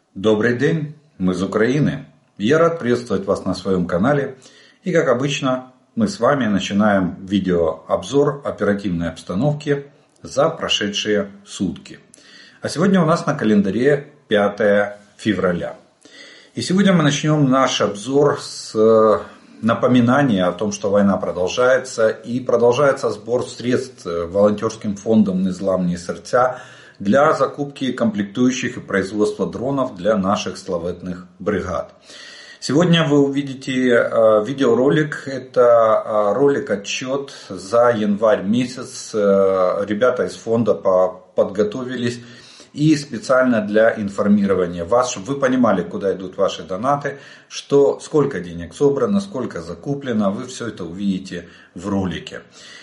Добрый день, мы из Украины. Я рад приветствовать вас на своем канале. И как обычно, мы с вами начинаем видеообзор оперативной обстановки за прошедшие сутки. А сегодня у нас на календаре 5 февраля. И сегодня мы начнем наш обзор с напоминания о том, что война продолжается. И продолжается сбор средств волонтерским фондом «Незламні серця» для закупки комплектующих и производства дронов для наших славетных бригад. Сегодня вы увидите видеоролик. Это ролик-отчет за январь месяц. Ребята из фонда подготовились. И специально для информирования вас, чтобы вы понимали, куда идут ваши донаты, сколько денег собрано, сколько закуплено. Вы все это увидите в ролике.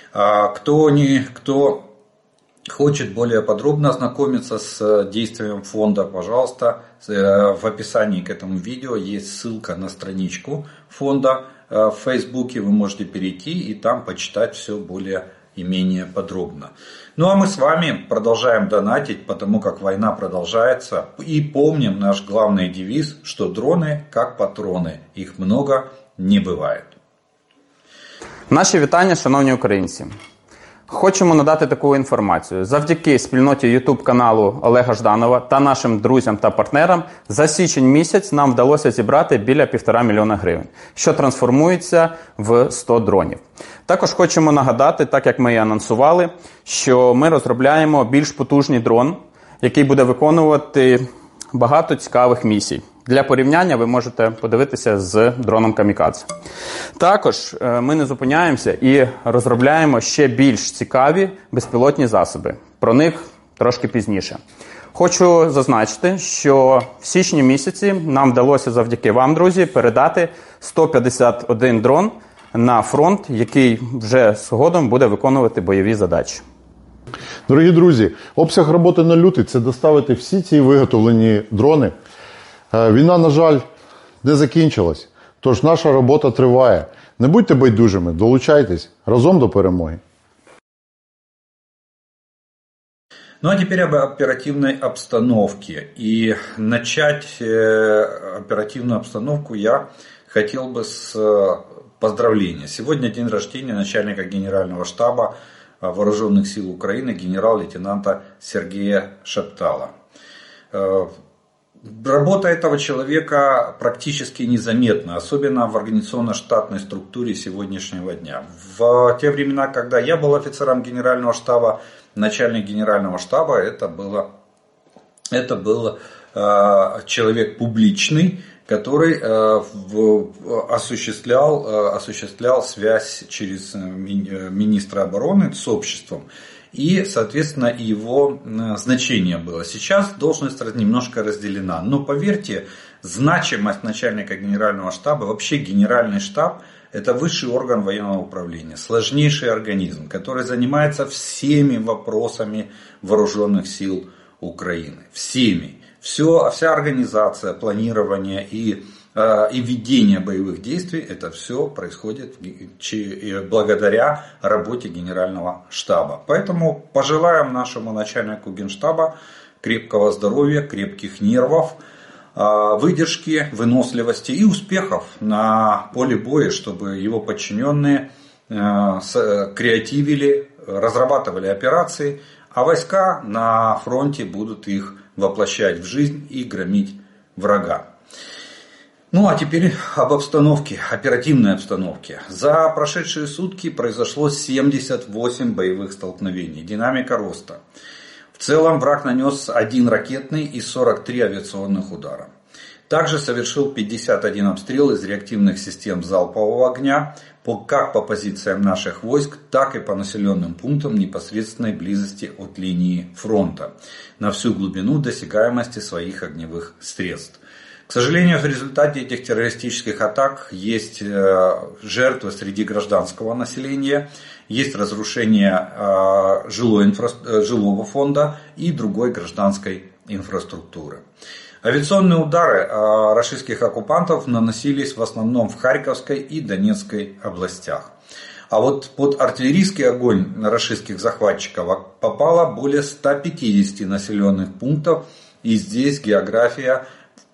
Кто хочет более подробно ознакомиться с действием фонда, пожалуйста, в описании к этому видео есть ссылка на страничку фонда в Фейсбуке. Вы можете перейти и там почитать все более и менее подробно. Ну а мы с вами продолжаем донатить, потому как война продолжается. И помним наш главный девиз, что дроны как патроны. Их много не бывает. Наші вітання, шановні українці. Хочемо надати таку інформацію. Завдяки спільноті YouTube каналу Олега Жданова та нашим друзям та партнерам за січень місяць нам вдалося зібрати біля 1,5 мільйона гривень, що трансформується в 100 дронів. Також хочемо нагадати, так як ми і анонсували, що ми розробляємо більш потужний дрон, який буде виконувати багато цікавих місій. Для порівняння ви можете подивитися з дроном Камікадзе. Також ми не зупиняємося і розробляємо ще більш цікаві безпілотні засоби. Про них трошки пізніше. Хочу зазначити, що в січні місяці нам вдалося завдяки вам, друзі, передати 151 дрон на фронт, який вже згодом буде виконувати бойові задачі. Дорогі друзі, обсяг роботи на лютий – це доставити всі ці виготовлені дрони. Війна, на жаль, не закінчилась, тож наша робота триває. Не будьте байдужими, долучайтесь, разом до перемоги. Ну а теперь об оперативной обстановке. И начать оперативную обстановку я хотел бы с поздравления. Сегодня день рождения начальника Генерального штаба Вооруженных сил Украины генерал-лейтенанта Сергея Шептала. Работа этого человека практически незаметна, особенно в организационно-штатной структуре сегодняшнего дня. В те времена, когда я был офицером Генерального штаба, начальник Генерального штаба, это был человек публичный, который осуществлял связь через министра обороны с обществом. И, соответственно, его значение было. Сейчас должность немножко разделена. Но поверьте, значимость начальника Генерального штаба, вообще Генеральный штаб, это высший орган военного управления, сложнейший организм, который занимается всеми вопросами вооруженных сил Украины. Всеми. Вся организация, планирование и ведение боевых действий, это все происходит благодаря работе Генерального штаба. Поэтому пожелаем нашему начальнику Генштаба крепкого здоровья, крепких нервов, выдержки, выносливости и успехов на поле боя, чтобы его подчиненные креативили, разрабатывали операции, а войска на фронте будут их воплощать в жизнь и громить врага. Ну а теперь об обстановке, оперативной обстановке. За прошедшие сутки произошло 78 боевых столкновений. Динамика роста. В целом враг нанес 1 ракетный и 43 авиационных удара. Также совершил 51 обстрел из реактивных систем залпового огня, как по позициям наших войск, так и по населенным пунктам непосредственной близости от линии фронта, на всю глубину досягаемости своих огневых средств. К сожалению, в результате этих террористических атак есть жертвы среди гражданского населения, есть разрушение жилого фонда и другой гражданской инфраструктуры. Авиационные удары рашистских оккупантов наносились в основном в Харьковской и Донецкой областях. А вот под артиллерийский огонь рашистских захватчиков попало более 150 населенных пунктов. И здесь география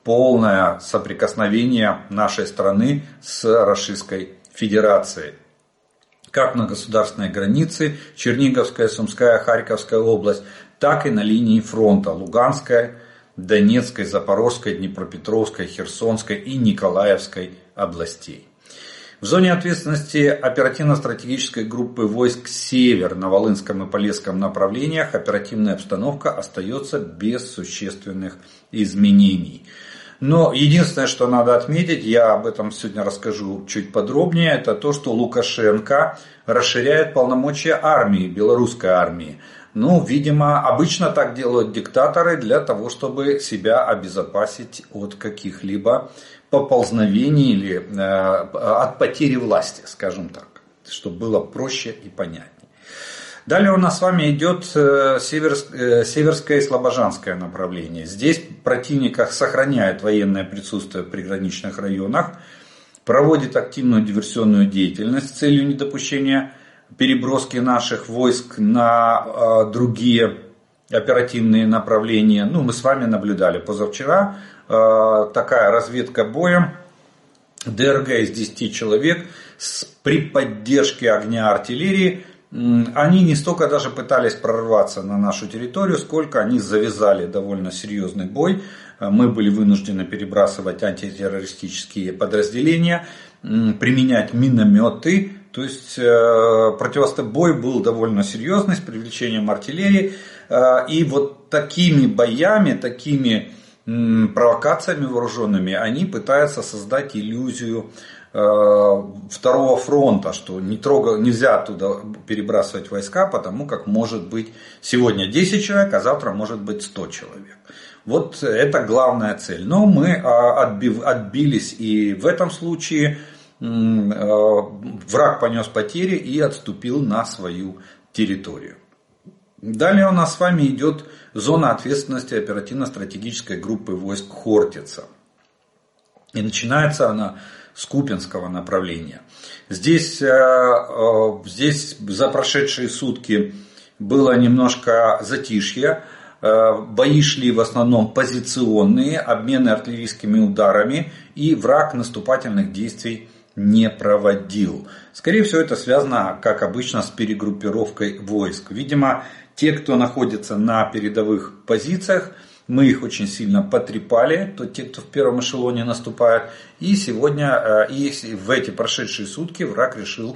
полное соприкосновение нашей страны с Российской Федерацией. Как на государственной границе Черниговская, Сумская, Харьковская область, так и на линии фронта Луганской, Донецкой, Запорожской, Днепропетровской, Херсонской и Николаевской областей. В зоне ответственности оперативно-стратегической группы войск «Север» на Волынском и Полесском направлениях оперативная обстановка остается без существенных изменений. Но единственное, что надо отметить, я об этом сегодня расскажу чуть подробнее, это то, что Лукашенко расширяет полномочия армии, белорусской армии. Видимо, обычно так делают диктаторы для того, чтобы себя обезопасить от каких-либо поползновений или от потери власти, скажем так, чтобы было проще и понятнее. Далее у нас с вами идет Северское и Слобожанское направление. Здесь противник сохраняет военное присутствие в приграничных районах, проводит активную диверсионную деятельность с целью недопущения переброски наших войск на другие оперативные направления. Мы с вами наблюдали позавчера такая разведка боем. ДРГ из 10 человек при поддержке огня артиллерии. Они не столько даже пытались прорваться на нашу территорию, сколько они завязали довольно серьезный бой. Мы были вынуждены перебрасывать антитеррористические подразделения, применять минометы. То есть бой был довольно серьезный, с привлечением артиллерии. И вот такими боями, такими провокациями вооруженными они пытаются создать иллюзию второго фронта, что нельзя оттуда перебрасывать войска, потому как может быть сегодня 10 человек, а завтра может быть 100 человек. Вот это главная цель. Но мы отбились и в этом случае враг понес потери и отступил на свою территорию. Далее у нас с вами идет зона ответственности оперативно-стратегической группы войск Хортица. И начинается она с Купянского направления. Здесь за прошедшие сутки было немножко затишье. Бои шли в основном позиционные, обмены артиллерийскими ударами, и враг наступательных действий не проводил. Скорее всего, это связано, как обычно, с перегруппировкой войск. Видимо, те, кто находится на передовых позициях, мы их очень сильно потрепали, те, кто в первом эшелоне наступает. И сегодня, и в эти прошедшие сутки враг решил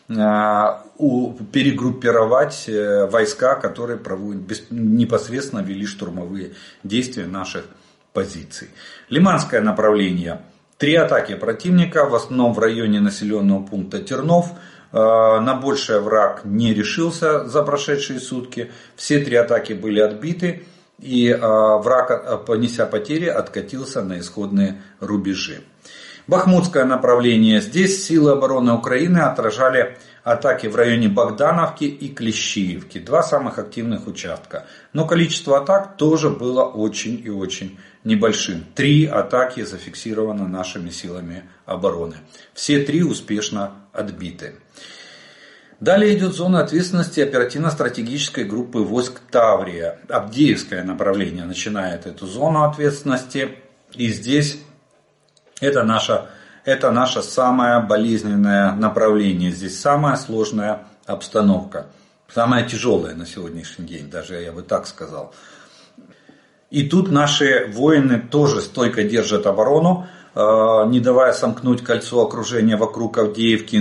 перегруппировать войска, которые непосредственно вели штурмовые действия наших позиций. Лиманское направление. 3 атаки противника, в основном в районе населенного пункта Тернов. На большее враг не решился за прошедшие сутки. Все 3 атаки были отбиты. И враг, понеся потери, откатился на исходные рубежи. Бахмутское направление. Здесь силы обороны Украины отражали атаки в районе Богдановки и Клещиевки. 2 самых активных участка. Но количество атак тоже было очень и очень небольшим. 3 атаки зафиксировано нашими силами обороны. Все 3 успешно отбиты. Далее идет зона ответственности оперативно-стратегической группы войск Таврия. Авдеевское направление начинает эту зону ответственности. И здесь это наше самое болезненное направление. Здесь самая сложная обстановка. Самая тяжелая на сегодняшний день, даже я бы так сказал. И тут наши воины тоже стойко держат оборону, не давая сомкнуть кольцо окружения вокруг Авдеевки.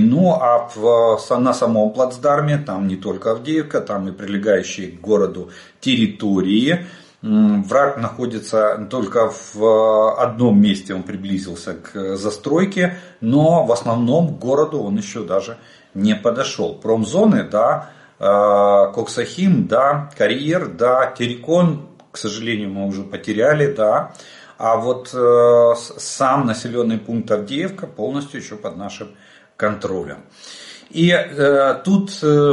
На самом плацдарме, там не только Авдеевка, там и прилегающие к городу территории. Враг находится только в одном месте, он приблизился к застройке, но в основном к городу он еще даже не подошел. Промзоны, да, Коксахим, да, Карьер, да, Терекон, к сожалению, мы уже потеряли, да. А вот сам населенный пункт Авдеевка полностью еще под нашим контролем. И тут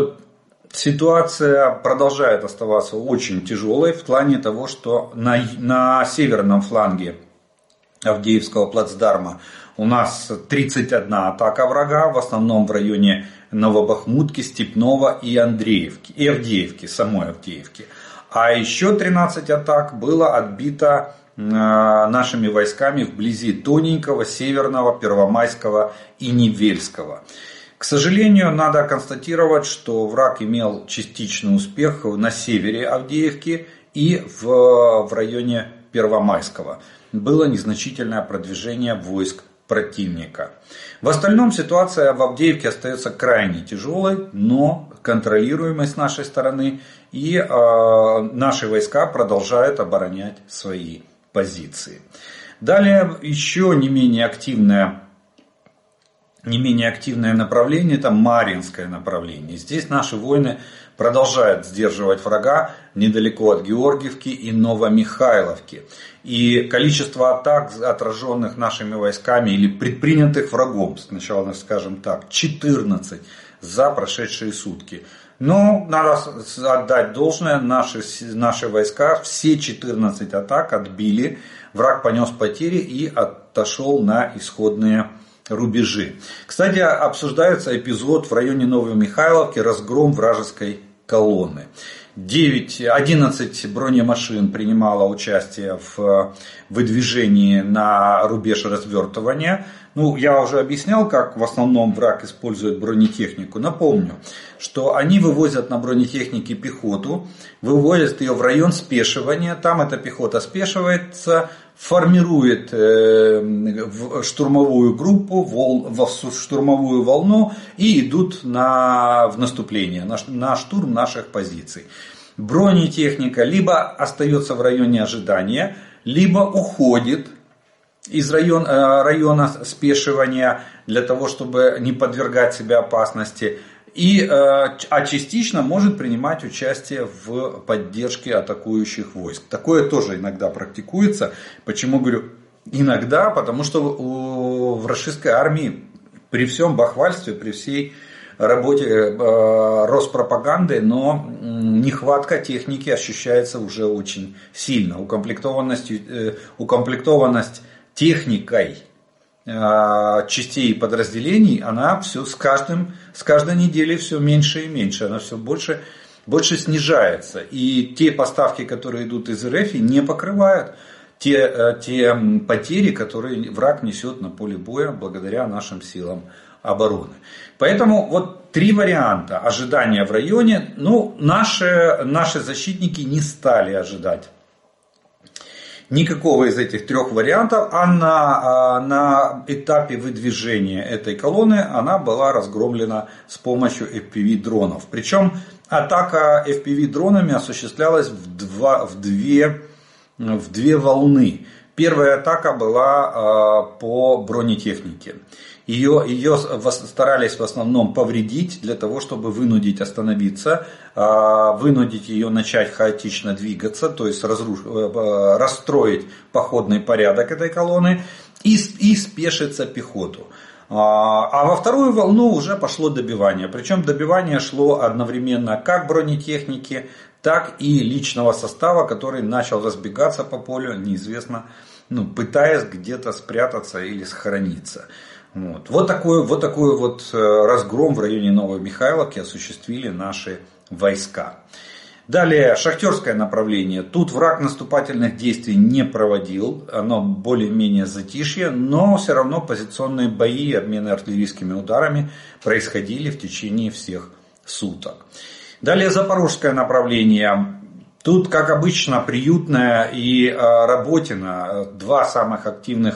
ситуация продолжает оставаться очень тяжелой в плане того, что на северном фланге Авдеевского плацдарма у нас 31 атака врага, в основном в районе Новобахмутки, Степного и Андреевки, и Авдеевки, самой Авдеевки. А еще 13 атак было отбито нашими войсками вблизи Тоненького, Северного, Первомайского и Невельского. К сожалению, надо констатировать, что враг имел частичный успех на севере Авдеевки и в районе Первомайского. Было незначительное продвижение войск противника. В остальном ситуация в Авдеевке остается крайне тяжелой, но контролируемой с нашей стороны. И наши войска продолжают оборонять свои позиции. Далее еще не менее активное направление, это Марьинское направление. Здесь наши воины продолжают сдерживать врага недалеко от Георгиевки и Новомихайловки. И количество атак, отраженных нашими войсками или предпринятых врагом, сначала скажем так, 14 за прошедшие сутки. Но надо отдать должное, наши войска все 14 атак отбили, враг понес потери и отошел на исходные рубежи. Кстати, обсуждается эпизод в районе Новомихайловки, разгром вражеской колонны. 11 бронемашин принимало участие в выдвижении на рубеж развертывания. Я уже объяснял, как в основном враг использует бронетехнику. Напомню, что они вывозят на бронетехнике пехоту, вывозят ее в район спешивания. Там эта пехота спешивается, формирует штурмовую группу, в штурмовую волну и идут в наступление, на штурм наших позиций. Бронетехника либо остается в районе ожидания, либо уходит из района спешивания для того, чтобы не подвергать себя опасности. А частично может принимать участие в поддержке атакующих войск. Такое тоже иногда практикуется. Почему говорю иногда? Потому что в рашистской армии при всем бахвальстве, при всей работе Роспропаганды, но нехватка техники ощущается уже очень сильно. Укомплектованность техникой частей и подразделений, она все с каждой неделей все меньше и меньше, она все больше снижается. И те поставки, которые идут из РФ, не покрывают те потери, которые враг несет на поле боя благодаря нашим силам обороны. Поэтому вот 3 варианта ожидания в районе. Наши защитники не стали ожидать никакого из этих 3 вариантов, а на этапе выдвижения этой колонны она была разгромлена с помощью FPV-дронов. Причем атака FPV-дронами осуществлялась в две волны. Первая атака была по бронетехнике. Ее старались в основном повредить для того, чтобы вынудить остановиться, вынудить ее начать хаотично двигаться, то есть расстроить походный порядок этой колонны и спешиться пехоту. А во вторую волну уже пошло добивание. Причем добивание шло одновременно как бронетехники, так и личного состава, который начал разбегаться по полю, неизвестно, пытаясь где-то спрятаться или сохраниться. Вот такой разгром в районе Новомихайловки осуществили наши войска. Далее, шахтерское направление. Тут враг наступательных действий не проводил, оно более-менее затишье, но все равно позиционные бои и обмены артиллерийскими ударами происходили в течение всех суток. Далее, запорожское направление. Тут, как обычно, Приютная и Работино, два самых активных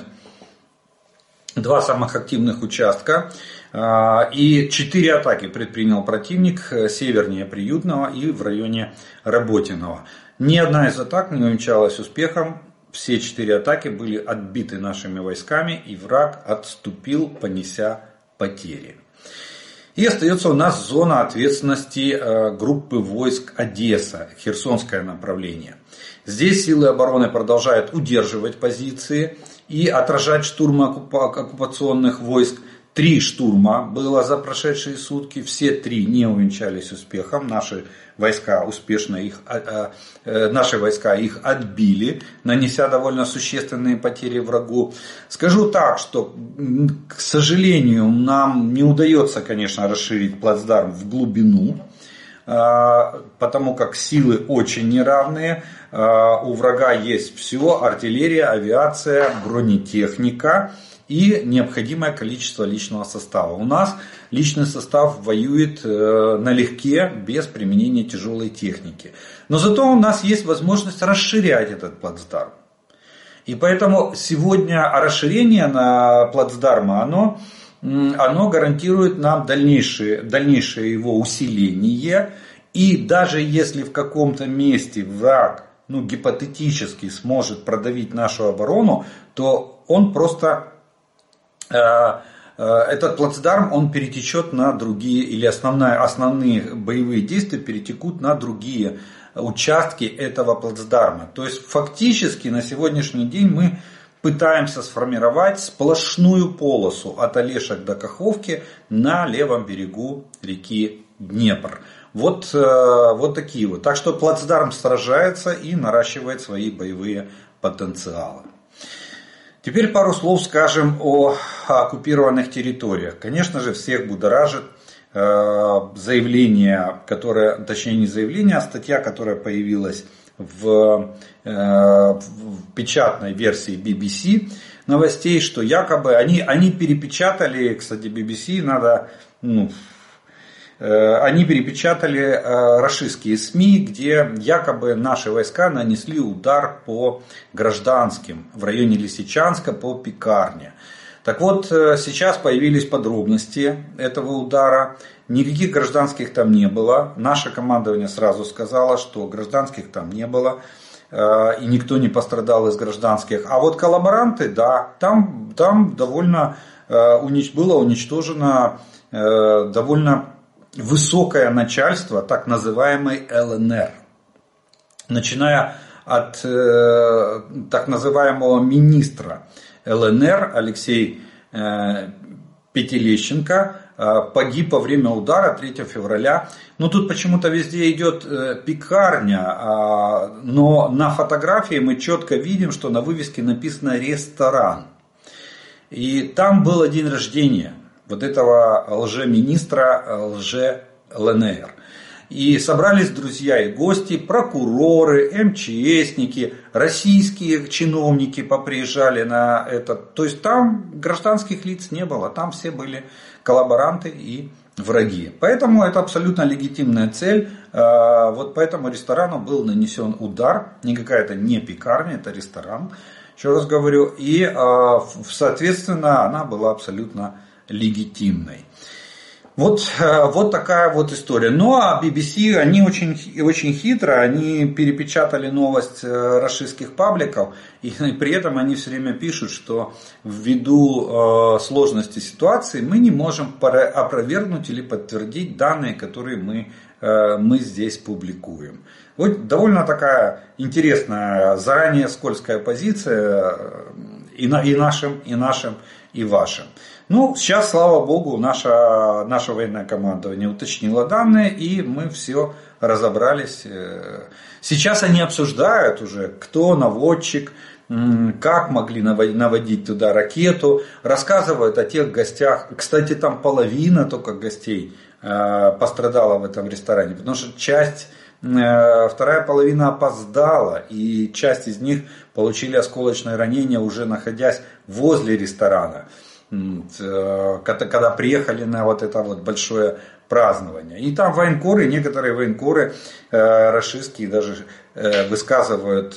участка. И 4 атаки предпринял противник севернее Приютного и в районе Работиного. Ни одна из атак не увенчалась успехом. Все 4 атаки были отбиты нашими войсками, и враг отступил, понеся потери. И остается у нас зона ответственности группы войск Одесса, Херсонское направление. Здесь силы обороны продолжают удерживать позиции и отражать штурмы оккупационных войск. 3 штурма было за прошедшие сутки, все 3 не увенчались успехом. Наши войска их отбили, нанеся довольно существенные потери врагу. Скажу так, что, к сожалению, нам не удается, конечно, расширить плацдарм в глубину. потому как силы очень неравные. У врага есть все: артиллерия, авиация, бронетехника и необходимое количество личного состава. У нас личный состав воюет налегке, без применения тяжелой техники. Но зато у нас есть возможность расширять этот плацдарм. И поэтому сегодня расширение на плацдарма, оно гарантирует нам дальнейшее его усиление. И даже если в каком-то месте враг, гипотетически сможет продавить нашу оборону, то он просто, этот плацдарм, он перетечет на другие, или основные боевые действия перетекут на другие участки этого плацдарма. То есть фактически на сегодняшний день мы пытаемся сформировать сплошную полосу от Олешек до Каховки на левом берегу реки Днепр. Вот такие вот. Так что плацдарм сражается и наращивает свои боевые потенциалы. Теперь пару слов скажем о оккупированных территориях. Конечно же, всех будоражит заявление, а статья, которая появилась в печатной версии BBC новостей, что якобы они перепечатали, кстати, BBC они перепечатали рашистские СМИ, где якобы наши войска нанесли удар по гражданским в районе Лисичанска, по пекарне. Так вот, сейчас появились подробности этого удара. Никаких гражданских там не было. Наше командование сразу сказало, что гражданских там не было. И никто не пострадал из гражданских. А вот коллаборанты, да, там довольно было уничтожено довольно высокое начальство так называемой ЛНР. Начиная от так называемого министра ЛНР Алексей Петелещенко погиб во время удара 3 февраля. Тут почему-то везде идет пекарня, но на фотографии мы четко видим, что на вывеске написано «ресторан». И там было день рождения вот этого лже-министра лже-ЛНР. И собрались друзья и гости, прокуроры, МЧСники, российские чиновники поприезжали на этот. То есть там гражданских лиц не было, там все были коллаборанты и враги. Поэтому это абсолютно легитимная цель. Вот по этому ресторану был нанесен удар. Никакая это не пекарня, это ресторан. Еще раз говорю. И соответственно она была абсолютно легитимной. Вот такая вот история. Ну а BBC, они очень хитро, они перепечатали новость рашистских пабликов, и при этом они все время пишут, что ввиду сложности ситуации мы не можем опровергнуть или подтвердить данные, которые мы здесь публикуем. Вот довольно такая интересная, заранее скользкая позиция и нашим, и вашим. Ну, сейчас, слава богу, наше военное командование уточнило данные, и мы все разобрались. Сейчас они обсуждают уже, кто наводчик, как могли наводить туда ракету, рассказывают о тех гостях. Кстати, там половина только гостей пострадала в этом ресторане, потому что вторая половина опоздала, и часть из них получили осколочное ранение, уже находясь возле ресторана, когда приехали на вот это вот большое празднование. И там некоторые военкоры рашистские даже высказывают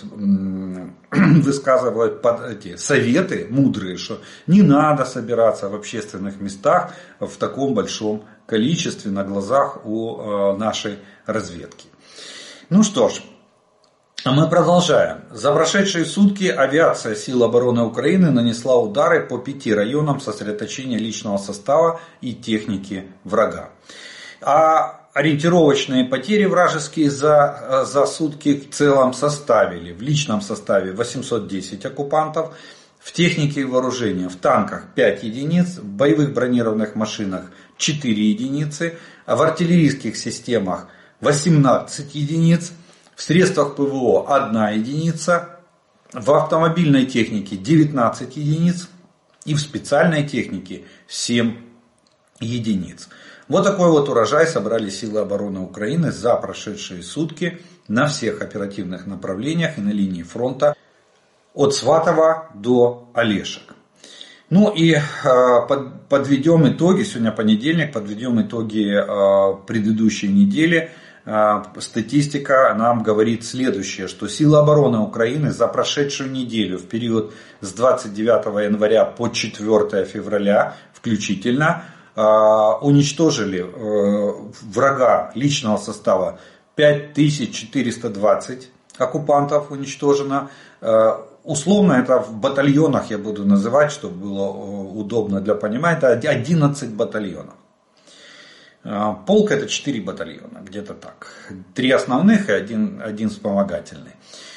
эти советы мудрые, что не надо собираться в общественных местах в таком большом количестве на глазах у нашей разведки. Ну что ж, мы продолжаем. За прошедшие сутки авиация Сил обороны Украины нанесла удары по 5 районам сосредоточения личного состава и техники врага. А ориентировочные потери вражеские за сутки в целом составили в личном составе 810 оккупантов, в технике и вооружении, в танках 5 единиц, в боевых бронированных машинах 4 единицы, а в артиллерийских системах 18 единиц, в средствах ПВО 1 единица, в автомобильной технике 19 единиц и в специальной технике 7 единиц. Вот такой вот урожай собрали силы обороны Украины за прошедшие сутки на всех оперативных направлениях и на линии фронта от Сватова до Олешек. Ну и подведем итоги, сегодня понедельник, подведем итоги предыдущей недели. Статистика нам говорит следующее, что силы обороны Украины за прошедшую неделю в период с 29 января по 4 февраля включительно уничтожили врага личного состава 5420 оккупантов уничтожено. Условно это в батальонах я буду называть, чтобы было удобно для понимания, это 11 батальонов. Полк это 4 батальона, где-то так. 3 основных и один вспомогательный.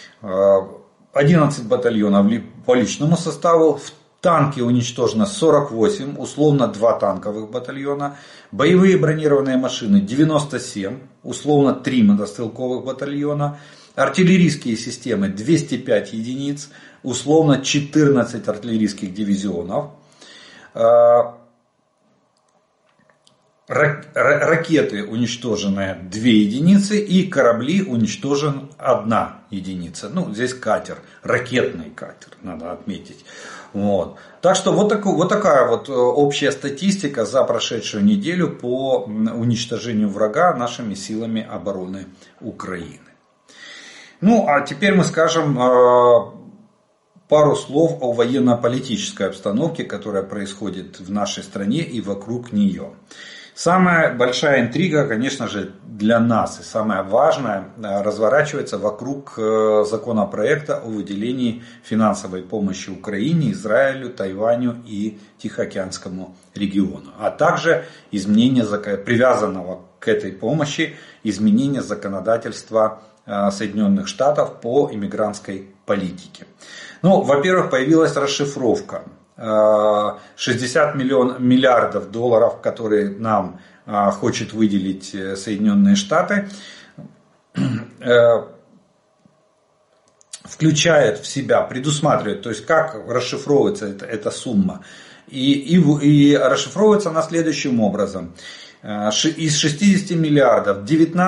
11 батальонов по личному составу. В танки уничтожено 48, условно 2 танковых батальона. Боевые бронированные машины 97, условно 3 мотострелковых батальона. Артиллерийские системы 205 единиц, условно 14 артиллерийских дивизионов. Ракеты уничтожены 2 единицы и корабли уничтожен 1 единица. Ну, здесь катер, ракетный катер, надо отметить. Вот. Так что вот такая вот общая статистика за прошедшую неделю по уничтожению врага нашими силами обороны Украины. Ну, а теперь мы скажем пару слов о военно-политической обстановке, которая происходит в нашей стране и вокруг нее. Самая большая интрига, конечно же, для нас и самая важная разворачивается вокруг законопроекта о выделении финансовой помощи Украине, Израилю, Тайваню и Тихоокеанскому региону, а также изменения привязанного к этой помощи изменения законодательства Соединенных Штатов по иммигрантской политике. Ну, во-первых, появилась расшифровка. 60 миллиардов долларов, которые нам хочет выделить Соединенные Штаты, включает в себя, предусматривает, то есть как расшифровывается эта сумма. И расшифровывается она следующим образом. Из 60 миллиардов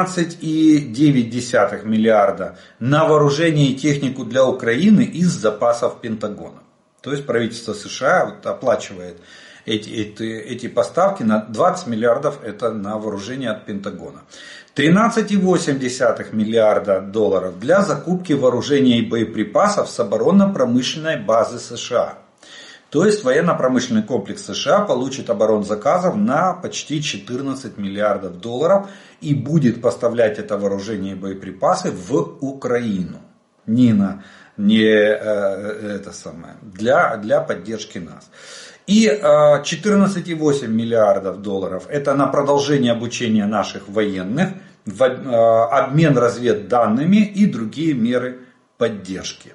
19,9 миллиарда на вооружение и технику для Украины из запасов Пентагона. То есть правительство США оплачивает эти поставки на 20 миллиардов, это на вооружение от Пентагона. 13,8 миллиарда долларов для закупки вооружения и боеприпасов с оборонно-промышленной базы США. То есть военно-промышленный комплекс США получит оборонзаказов на почти 14 миллиардов долларов и будет поставлять это вооружение и боеприпасы в Украину. Для поддержки нас. И 14,8 миллиардов долларов это на продолжение обучения наших военных, обмен разведданными и другие меры поддержки.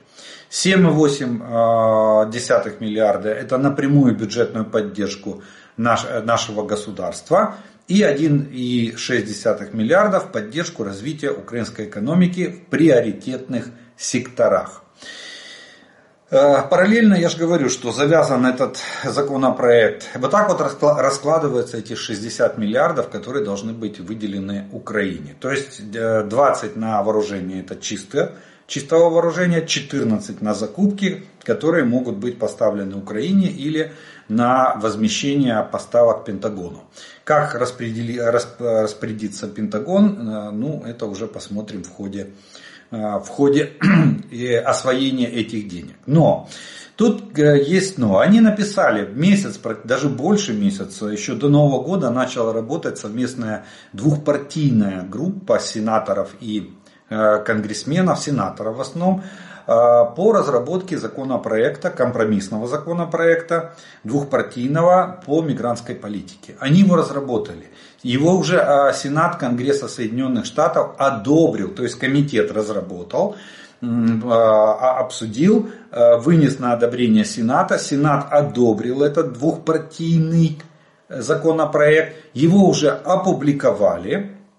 7,8 миллиарда это на прямую бюджетную поддержку нашего государства. И 1,6 миллиарда в поддержку развития украинской экономики в приоритетных секторах. Параллельно я же говорю, что завязан этот законопроект. Вот так вот раскладываются эти 60 миллиардов, которые должны быть выделены Украине. То есть 20 на вооружение это чистого вооружения, 14 на закупки, которые могут быть поставлены Украине или на возмещение поставок Пентагону. Как распорядится Пентагон, ну это уже посмотрим в ходе освоения этих денег. Но тут есть но. Они написали месяц, даже больше месяца, еще до Нового года начала работать совместная двухпартийная группа сенаторов и конгрессменов, сенаторов в основном, по разработке законопроекта, компромиссного законопроекта двухпартийного по мигрантской политике. Они его разработали. Его уже Сенат Конгресса Соединенных Штатов одобрил, то есть комитет разработал, обсудил, вынес на одобрение Сената. Сенат одобрил этот двухпартийный законопроект. Его уже опубликовали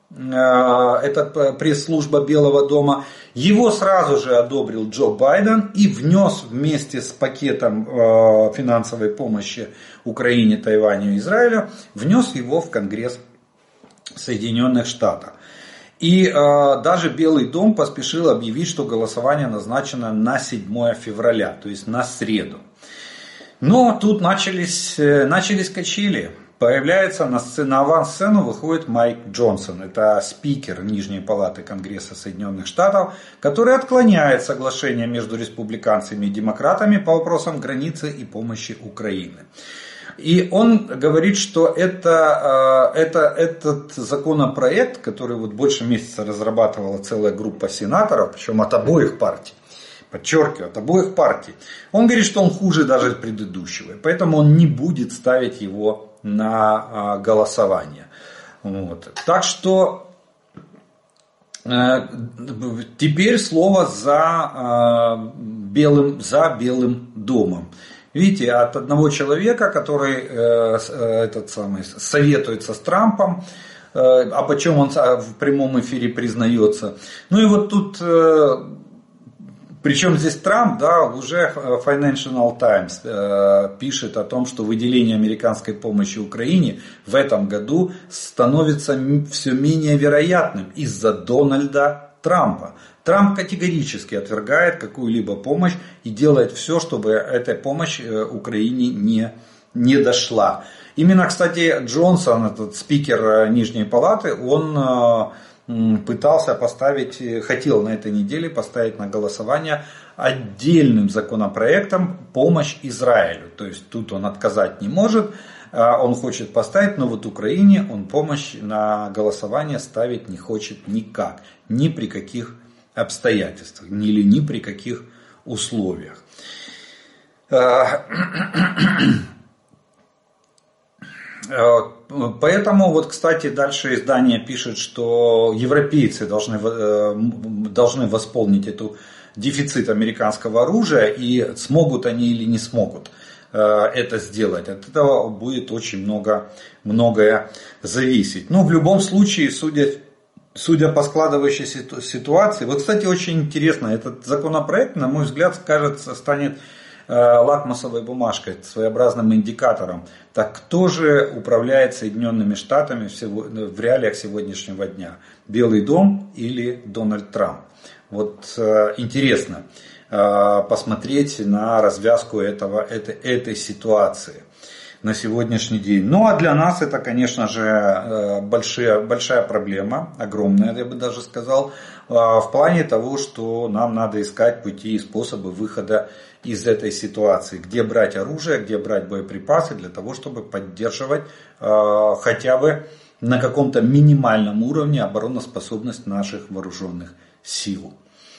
это пресс-служба Белого дома. Его сразу же одобрил Джо Байден и внес вместе с пакетом финансовой помощи Украине, Тайваню и Израилю, внес его в Конгресс Соединенных Штатов. И даже Белый дом поспешил объявить, что голосование назначено на 7 февраля, то есть на среду. Но тут начались качели. Появляется на авансцену выходит Майк Джонсон, это спикер Нижней палаты Конгресса Соединенных Штатов, который отклоняет соглашение между республиканцами и демократами по вопросам границы и помощи Украины. И он говорит, что этот законопроект, который вот больше месяца разрабатывала целая группа сенаторов, причем от обоих партий, подчеркиваю, от обоих партий, он говорит, что он хуже даже предыдущего, и поэтому он не будет ставить его на голосование. Вот. Так что теперь слово за Белым домом. Видите, от одного человека, который советуется с Трампом, а почему он в прямом эфире признается. Ну и вот тут, причем здесь Трамп, да, уже Financial Times пишет о том, что выделение американской помощи Украине в этом году становится все менее вероятным из-за Дональда Трампа. Трамп категорически отвергает какую-либо помощь и делает все, чтобы эта помощь Украине не дошла. Именно, кстати, Джонсон, этот спикер Нижней палаты, он хотел на этой неделе поставить на голосование отдельным законопроектом помощь Израилю. То есть тут он отказать не может, он хочет поставить, но вот Украине он помощь на голосование ставить не хочет никак, ни при каких обстоятельствах или ни при каких условиях. Поэтому, вот, кстати, дальше издание пишет, что европейцы должны восполнить этот дефицит американского оружия, и смогут они или не смогут это сделать. От этого будет очень многое зависеть. Но в любом случае, судя по складывающейся ситуации, вот, кстати, очень интересно, этот законопроект, на мой взгляд, кажется, станет лакмусовой бумажкой, своеобразным индикатором. Так кто же управляет Соединенными Штатами в реалиях сегодняшнего дня? Белый дом или Дональд Трамп? Вот интересно посмотреть на развязку этой ситуации на сегодняшний день. Ну а для нас это, конечно же, большая проблема, огромная, я бы даже сказал, в плане того, что нам надо искать пути и способы выхода из этой ситуации. Где брать оружие, где брать боеприпасы для того, чтобы поддерживать хотя бы на каком-то минимальном уровне обороноспособность наших вооруженных сил.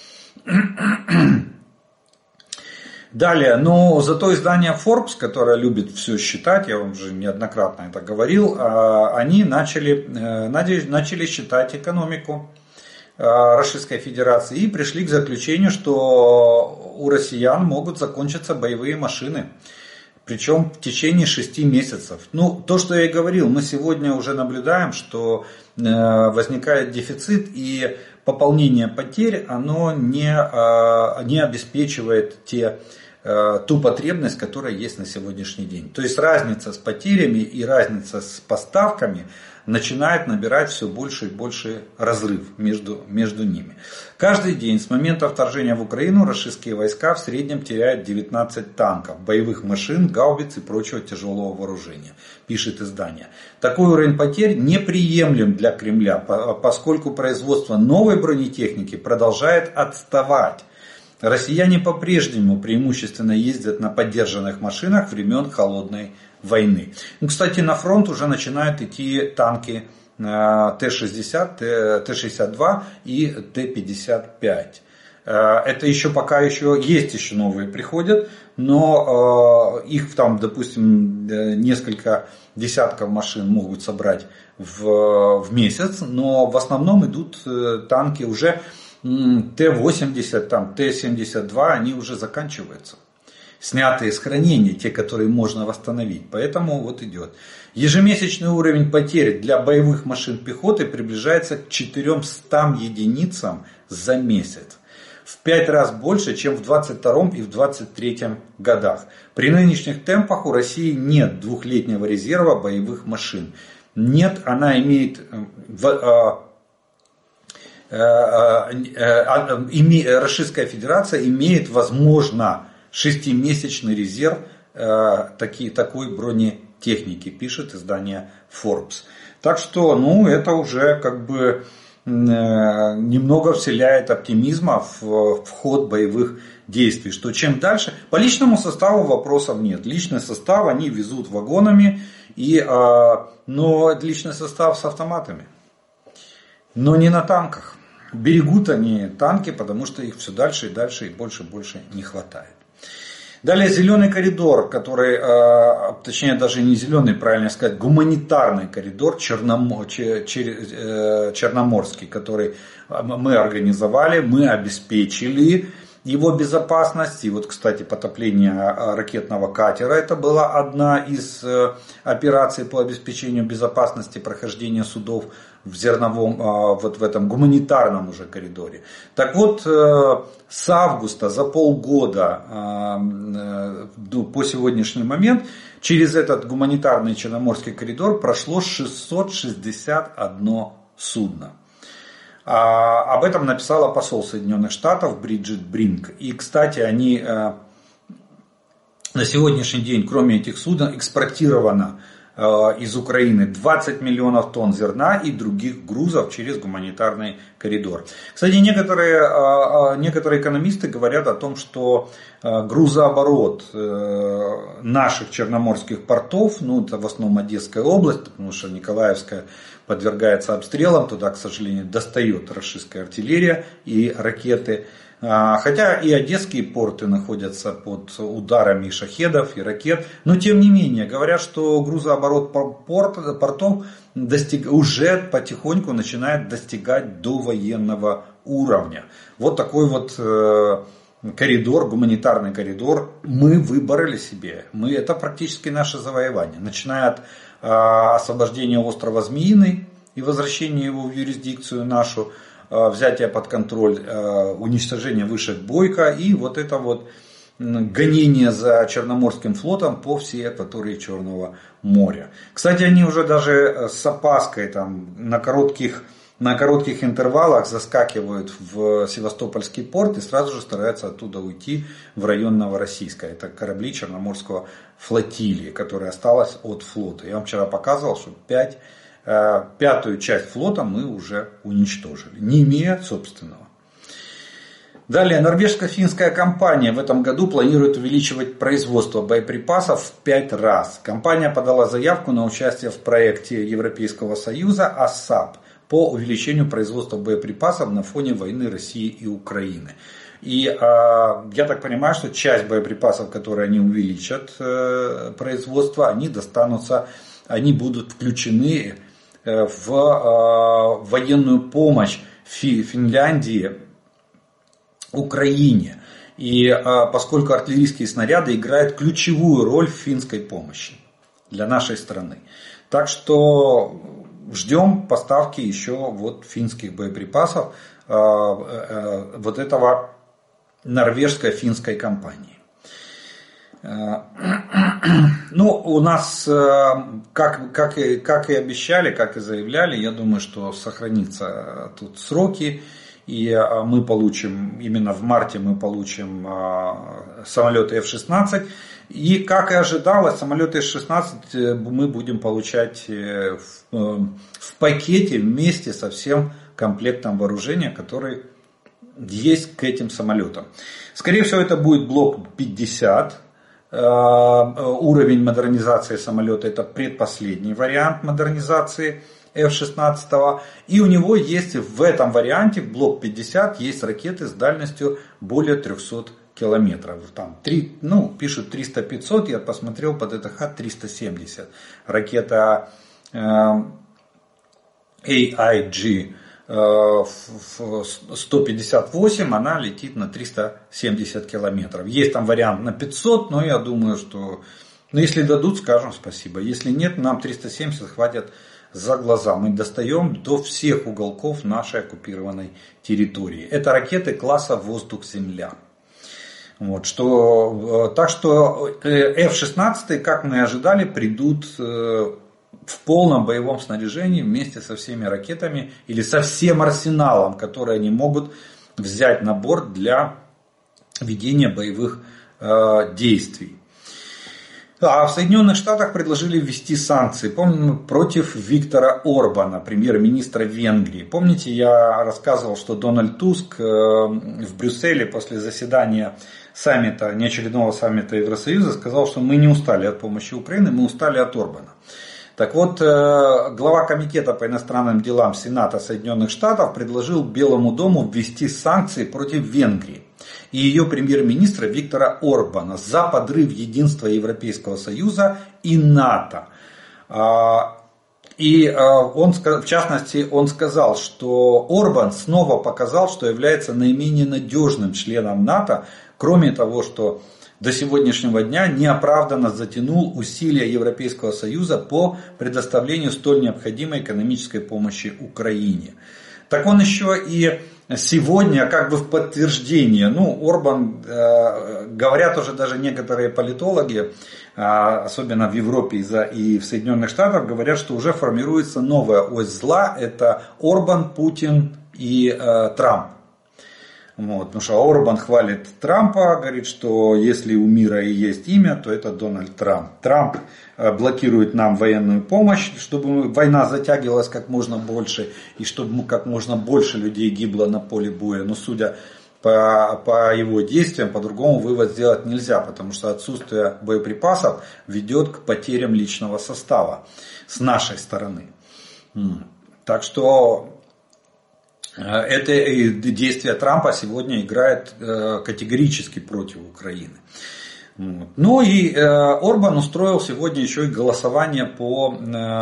Далее, но зато издание Forbes, которое любит все считать, я вам уже неоднократно это говорил, они начали считать экономику Российской Федерации и пришли к заключению, что у россиян могут закончиться боевые машины. Причем в течение 6 месяцев. Ну, то, что я и говорил, мы сегодня уже наблюдаем, что возникает дефицит, и пополнение потерь, оно не обеспечивает ту потребность, которая есть на сегодняшний день. То есть разница с потерями и разница с поставками начинает набирать все больше и больше разрыв между ними. Каждый день с момента вторжения в Украину российские войска в среднем теряют 19 танков, боевых машин, гаубиц и прочего тяжелого вооружения, пишет издание. Такой уровень потерь неприемлем для Кремля, поскольку производство новой бронетехники продолжает отставать. Россияне по-прежнему преимущественно ездят на поддержанных машинах времен Холодной войны. Ну, кстати, на фронт уже начинают идти танки Т-60, Т-62 и Т-55. Это еще пока есть еще новые приходят, но их там, допустим, несколько десятков машин могут собрать в месяц, но в основном идут танки уже Т-80, там, Т-72, они уже заканчиваются. снятые с хранения, те, которые можно восстановить. Поэтому вот идет. Ежемесячный уровень потерь для боевых машин пехоты приближается к 400 единицам за месяц. В 5 раз больше, чем в 22 и в 23 годах. При нынешних темпах у России нет двухлетнего резерва боевых машин. Нет, она имеет... Российская Федерация имеет, возможно, 6-месячный резерв такой бронетехники, пишет издание Forbes. Так что, это уже как бы немного вселяет оптимизма в ход боевых действий. Что чем дальше, по личному составу вопросов нет. Личный состав они везут вагонами, но личный состав с автоматами. Но не на танках. Берегут они танки, потому что их все дальше и дальше и больше не хватает. Далее зеленый коридор, который, точнее даже не зеленый, правильно сказать, гуманитарный коридор черноморский, который мы организовали, мы обеспечили его безопасность. И вот, кстати, потопление ракетного катера, это была одна из операций по обеспечению безопасности прохождения судов в зерновом, вот в этом гуманитарном уже коридоре. Так вот, с августа за полгода по сегодняшний момент через этот гуманитарный черноморский коридор прошло 661 судно. Об этом написала посол Соединенных Штатов Бриджит Бринк. И, кстати, они на сегодняшний день, кроме этих суден, экспортировано из Украины 20 миллионов тонн зерна и других грузов через гуманитарный коридор. Кстати, некоторые экономисты говорят о том, что грузооборот наших черноморских портов, это в основном Одесская область, потому что Николаевская подвергается обстрелам, туда, к сожалению, достает российская артиллерия и ракеты. Хотя и одесские порты находятся под ударами шахедов и ракет. Но тем не менее, говорят, что грузооборот портов уже потихоньку начинает достигать довоенного уровня. Вот такой вот коридор, гуманитарный коридор мы выбрали себе. Это практически наше завоевание. Начиная от освобождения острова Змеиный и возвращения его в юрисдикцию нашу, взятие под контроль, уничтожение вышек Бойко и вот это вот гонение за Черноморским флотом по всей акватории Черного моря. Кстати, они уже даже с опаской на коротких интервалах заскакивают в Севастопольский порт и сразу же стараются оттуда уйти в район Новороссийска. Это корабли Черноморского флотилии, которая осталась от флота. Я вам вчера показывал, что 5-ю часть флота мы уже уничтожили, не имея собственного. Далее, норвежско-финская компания в этом году планирует увеличивать производство боеприпасов в 5 раз. Компания подала заявку на участие в проекте Европейского Союза АСАП по увеличению производства боеприпасов на фоне войны России и Украины. И я так понимаю, что часть боеприпасов, которые они увеличат производство, они будут включены в военную помощь Финляндии Украине. И поскольку артиллерийские снаряды играют ключевую роль в финской помощи для нашей страны. Так что ждем поставки еще финских боеприпасов вот этого норвежско-финской компании. У нас, как и обещали, как и заявляли, я думаю, что сохранится тут сроки. И мы получим, именно в марте мы получим самолеты F-16. И, как и ожидалось, самолеты F-16 мы будем получать в пакете вместе со всем комплектом вооружения, который есть к этим самолетам. Скорее всего, это будет блок 50. Уровень модернизации самолета — это предпоследний вариант модернизации F-16. И у него есть в этом варианте, в блок 50, есть ракеты с дальностью более 300 километров. Там пишут 300-500, я посмотрел под ЭТХ 370. Ракета AIG 158, она летит на 370 километров. Есть там вариант на 500, но я думаю, что если дадут, скажем спасибо. Если нет, нам 370 хватит за глаза. Мы достаем до всех уголков нашей оккупированной территории. Это ракеты класса «Воздух-Земля». Вот, так что F-16, как мы и ожидали, придут в полном боевом снаряжении вместе со всеми ракетами или со всем арсеналом, который они могут взять на борт для ведения боевых действий. А в Соединенных Штатах предложили ввести санкции против Виктора Орбана, премьер-министра Венгрии. Помните, я рассказывал, что Дональд Туск в Брюсселе после заседания саммита, неочередного саммита Евросоюза сказал, что мы не устали от помощи Украины, мы устали от Орбана. Так вот, глава комитета по иностранным делам Сената Соединенных Штатов предложил Белому дому ввести санкции против Венгрии и ее премьер-министра Виктора Орбана за подрыв единства Европейского Союза и НАТО. И он, в частности, он сказал, что Орбан снова показал, что является наименее надежным членом НАТО, кроме того, что до сегодняшнего дня неоправданно затянул усилия Европейского Союза по предоставлению столь необходимой экономической помощи Украине. Так он еще и сегодня, как бы в подтверждение, Орбан, говорят уже даже некоторые политологи, особенно в Европе и в Соединенных Штатах, говорят, что уже формируется новая ось зла, это Орбан, Путин и Трамп. Вот, потому что Орбан хвалит Трампа, говорит, что если у мира и есть имя, то это Дональд Трамп. Трамп блокирует нам военную помощь, чтобы война затягивалась как можно больше и чтобы как можно больше людей гибло на поле боя. Но судя по его действиям, по-другому вывод сделать нельзя, потому что отсутствие боеприпасов ведет к потерям личного состава с нашей стороны. Так что это действие Трампа сегодня играет категорически против Украины. Ну и Орбан устроил сегодня еще и голосование по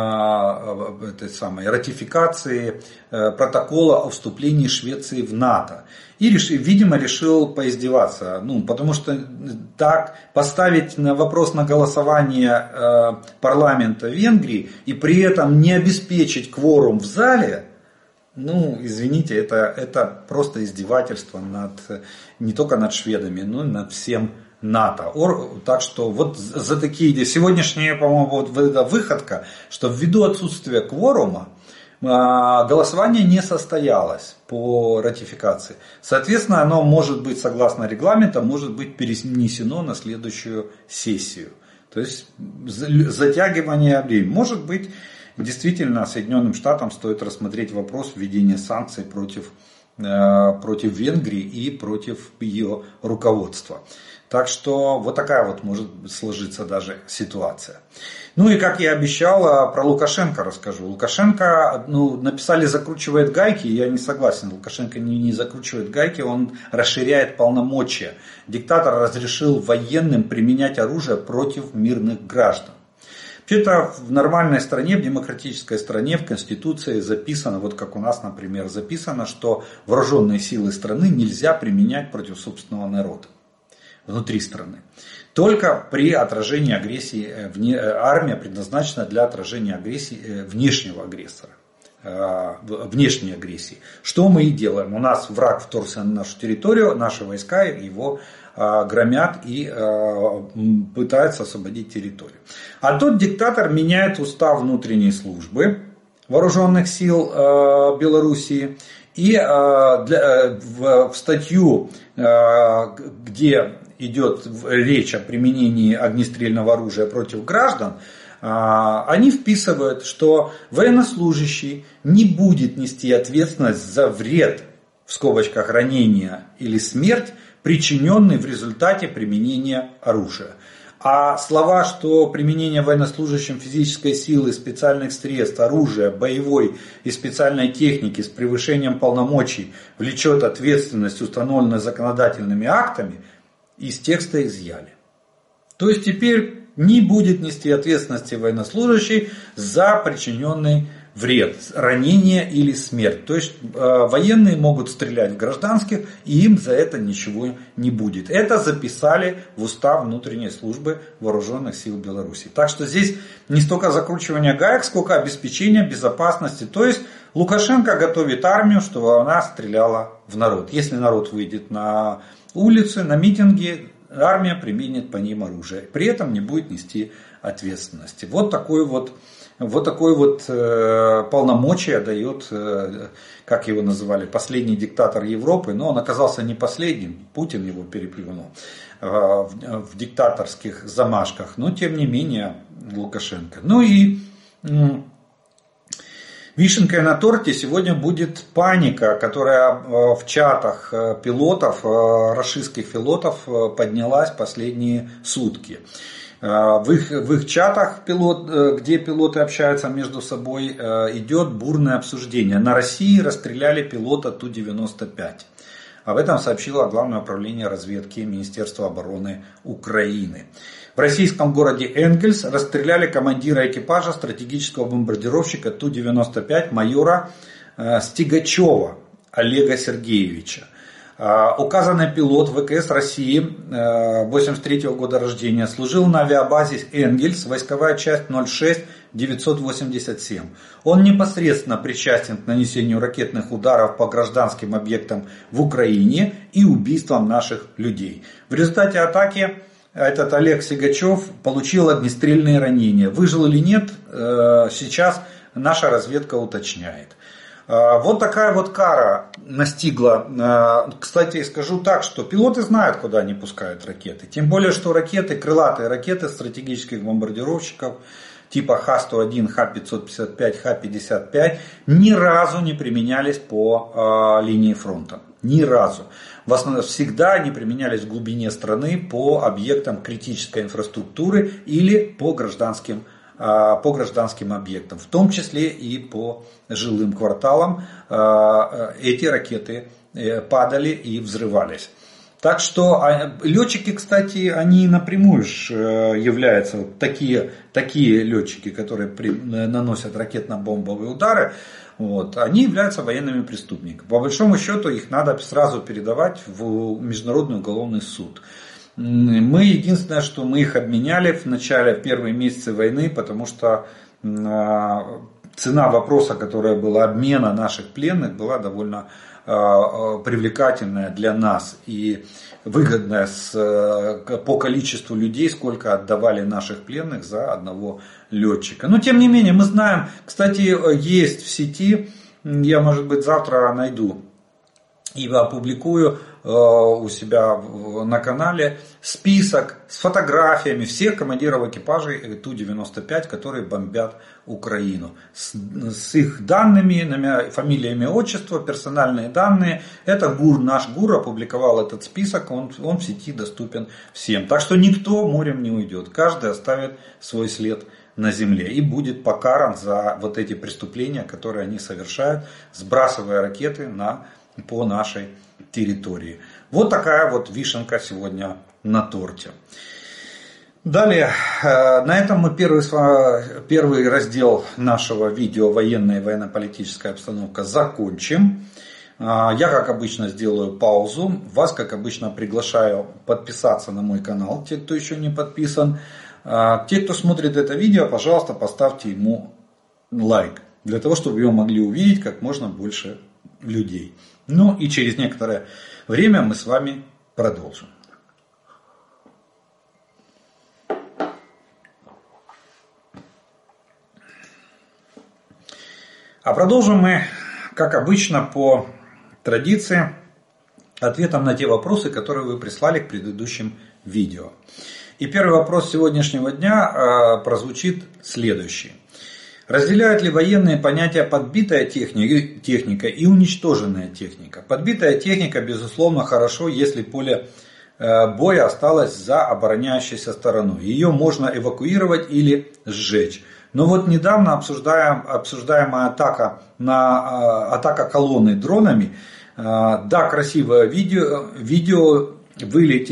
этой самой ратификации протокола о вступлении Швеции в НАТО. И, видимо, решил поиздеваться. Потому что так поставить вопрос на голосование парламента Венгрии и при этом не обеспечить кворум в зале, извините, это просто издевательство не только над шведами, но и над всем НАТО. Так что вот за такие сегодняшняя, по-моему, выходка, что ввиду отсутствия кворума голосование не состоялось по ратификации. Соответственно, оно может быть, согласно регламенту, может быть перенесено на следующую сессию. То есть затягивание времени. Может быть, действительно, Соединенным Штатам стоит рассмотреть вопрос введения санкций против Венгрии и против ее руководства. Так что вот такая вот может сложиться даже ситуация. И как я обещал, про Лукашенко расскажу. Лукашенко, написали, закручивает гайки, я не согласен. Лукашенко не закручивает гайки, он расширяет полномочия. Диктатор разрешил военным применять оружие против мирных граждан. Вообще-то в нормальной стране, в демократической стране, в Конституции записано, вот как у нас, например, записано, что вооруженные силы страны нельзя применять против собственного народа внутри страны. Только при отражении агрессии, армия предназначена для отражения агрессии внешнего агрессора, внешней агрессии. Что мы и делаем. У нас враг вторгся на нашу территорию, наши войска его громят и пытаются освободить территорию. А тут диктатор меняет устав внутренней службы вооруженных сил Белоруссии и в статью, где идет речь о применении огнестрельного оружия против граждан, они вписывают, что военнослужащий не будет нести ответственность за вред, в скобочках ранения или смерть, причиненный в результате применения оружия. А слова, что применение военнослужащим физической силы, специальных средств, оружия, боевой и специальной техники с превышением полномочий влечет ответственность, установленную законодательными актами, из текста изъяли. То есть теперь не будет нести ответственности военнослужащий за причиненный вред, ранение или смерть. То есть военные могут стрелять в гражданских, и им за это ничего не будет. Это записали в устав внутренней службы вооруженных сил Беларуси. Так что здесь не столько закручивание гаек, сколько обеспечение безопасности. То есть Лукашенко готовит армию, чтобы она стреляла в народ. Если народ выйдет на улицы, на митинги, армия применит по ним оружие. При этом не будет нести ответственности. Вот такой вот полномочия дает, как его называли, последний диктатор Европы. Но он оказался не последним, Путин его переплюнул в диктаторских замашках. Но тем не менее Лукашенко. Ну и вишенкой на торте сегодня будет паника, которая в чатах пилотов, рашистских пилотов поднялась последние сутки. В их чатах, где пилоты общаются между собой, идет бурное обсуждение. На России расстреляли пилота Ту-95. Об этом сообщило Главное управление разведки Министерства обороны Украины. В российском городе Энгельс расстреляли командира экипажа стратегического бомбардировщика Ту-95 майора Стигачева Олега Сергеевича. Указанный пилот ВКС России 1983 года рождения служил на авиабазе Энгельс, войсковая часть 06987. Он непосредственно причастен к нанесению ракетных ударов по гражданским объектам в Украине и убийствам наших людей. В результате атаки этот Олег Сигачев получил огнестрельные ранения. Выжил или нет, сейчас наша разведка уточняет. Вот такая вот кара настигла. Кстати, скажу так, что пилоты знают, куда они пускают ракеты. Тем более, что ракеты, крылатые ракеты стратегических бомбардировщиков типа Х-101, Х-555, Х-55 ни разу не применялись по линии фронта. Ни разу. В основном всегда они применялись в глубине страны по объектам критической инфраструктуры или по гражданским объектам, в том числе и по жилым кварталам. Эти ракеты падали и взрывались. Так что летчики, кстати, они напрямую являются такие летчики, которые наносят ракетно-бомбовые удары. Они являются военными преступниками. По большому счету их надо сразу передавать в Международный уголовный суд. Мы единственное, что мы их обменяли в первые месяцы войны, потому что цена вопроса, которая была обмена наших пленных, была довольно привлекательная для нас и выгодная по количеству людей, сколько отдавали наших пленных за одного летчика. Но тем не менее мы знаем, кстати, есть в сети, я, может быть, завтра найду и опубликую у себя на канале список с фотографиями всех командиров экипажей Ту-95, которые бомбят Украину. С их данными, фамилиями, отчество, персональные данные. Это ГУР, наш ГУР опубликовал этот список, он в сети доступен всем. Так что никто морем не уйдет, каждый оставит свой след на земле и будет покаран за вот эти преступления, которые они совершают, сбрасывая ракеты по нашей территории. Вот такая вот вишенка сегодня на торте. Далее, на этом мы первый раздел нашего видео «Военная и военно-политическая обстановка» закончим. Я, как обычно, сделаю паузу. Вас, как обычно, приглашаю подписаться на мой канал, те, кто еще не подписан. Те, кто смотрит это видео, пожалуйста, поставьте ему лайк, для того, чтобы его могли увидеть как можно больше людей. Ну и через некоторое время мы с вами продолжим. А продолжим мы, как обычно, по традиции, ответом на те вопросы, которые вы прислали к предыдущим видео. И первый вопрос сегодняшнего дня прозвучит следующий. Разделяют ли военные понятия подбитая техника и уничтоженная техника? Подбитая техника, безусловно, хорошо, если поле боя осталось за обороняющейся стороной. Ее можно эвакуировать или сжечь. Но вот недавно обсуждаемая атака колонны дронами, да, красивое видео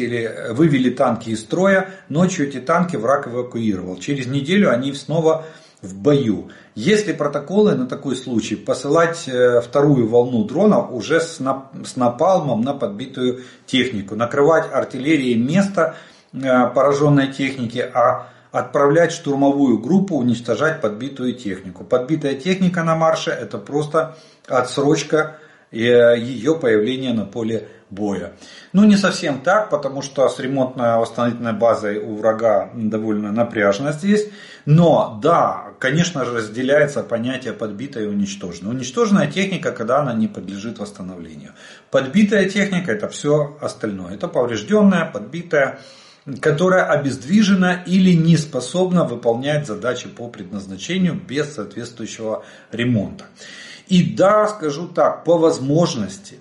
вывели танки из строя, ночью эти танки враг эвакуировал. Через неделю они снова в бою. Есть ли протоколы на такой случай посылать вторую волну дронов уже с напалмом на подбитую технику, накрывать артиллерией место пораженной техники, а отправлять штурмовую группу уничтожать подбитую технику. Подбитая техника на марше — это просто отсрочка ее появления на поле боя. Ну, не совсем так, потому что с ремонтно-восстановительной базой у врага довольно напряжно здесь. Но, да, конечно же, разделяется понятие подбитая и уничтоженная. Уничтоженная техника, когда она не подлежит восстановлению. Подбитая техника — это все остальное. Это поврежденная, подбитая, которая обездвижена или не способна выполнять задачи по предназначению без соответствующего ремонта. И да, скажу так, по возможности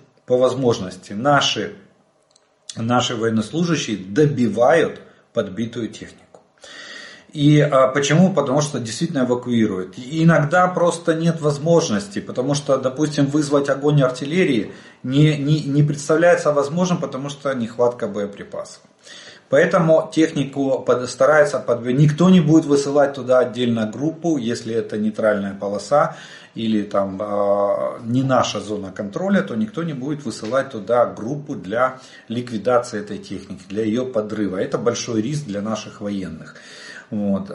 наши военнослужащие добивают подбитую технику. И почему? Потому что действительно эвакуируют. И иногда просто нет возможности, потому что, допустим, вызвать огонь артиллерии не представляется возможным, потому что нехватка боеприпасов. Поэтому технику старается подбивать. Никто не будет высылать туда отдельно группу, если это нейтральная полоса или там не наша зона контроля, то никто не будет высылать туда группу для ликвидации этой техники, для ее подрыва. Это большой риск для наших военных. Вот.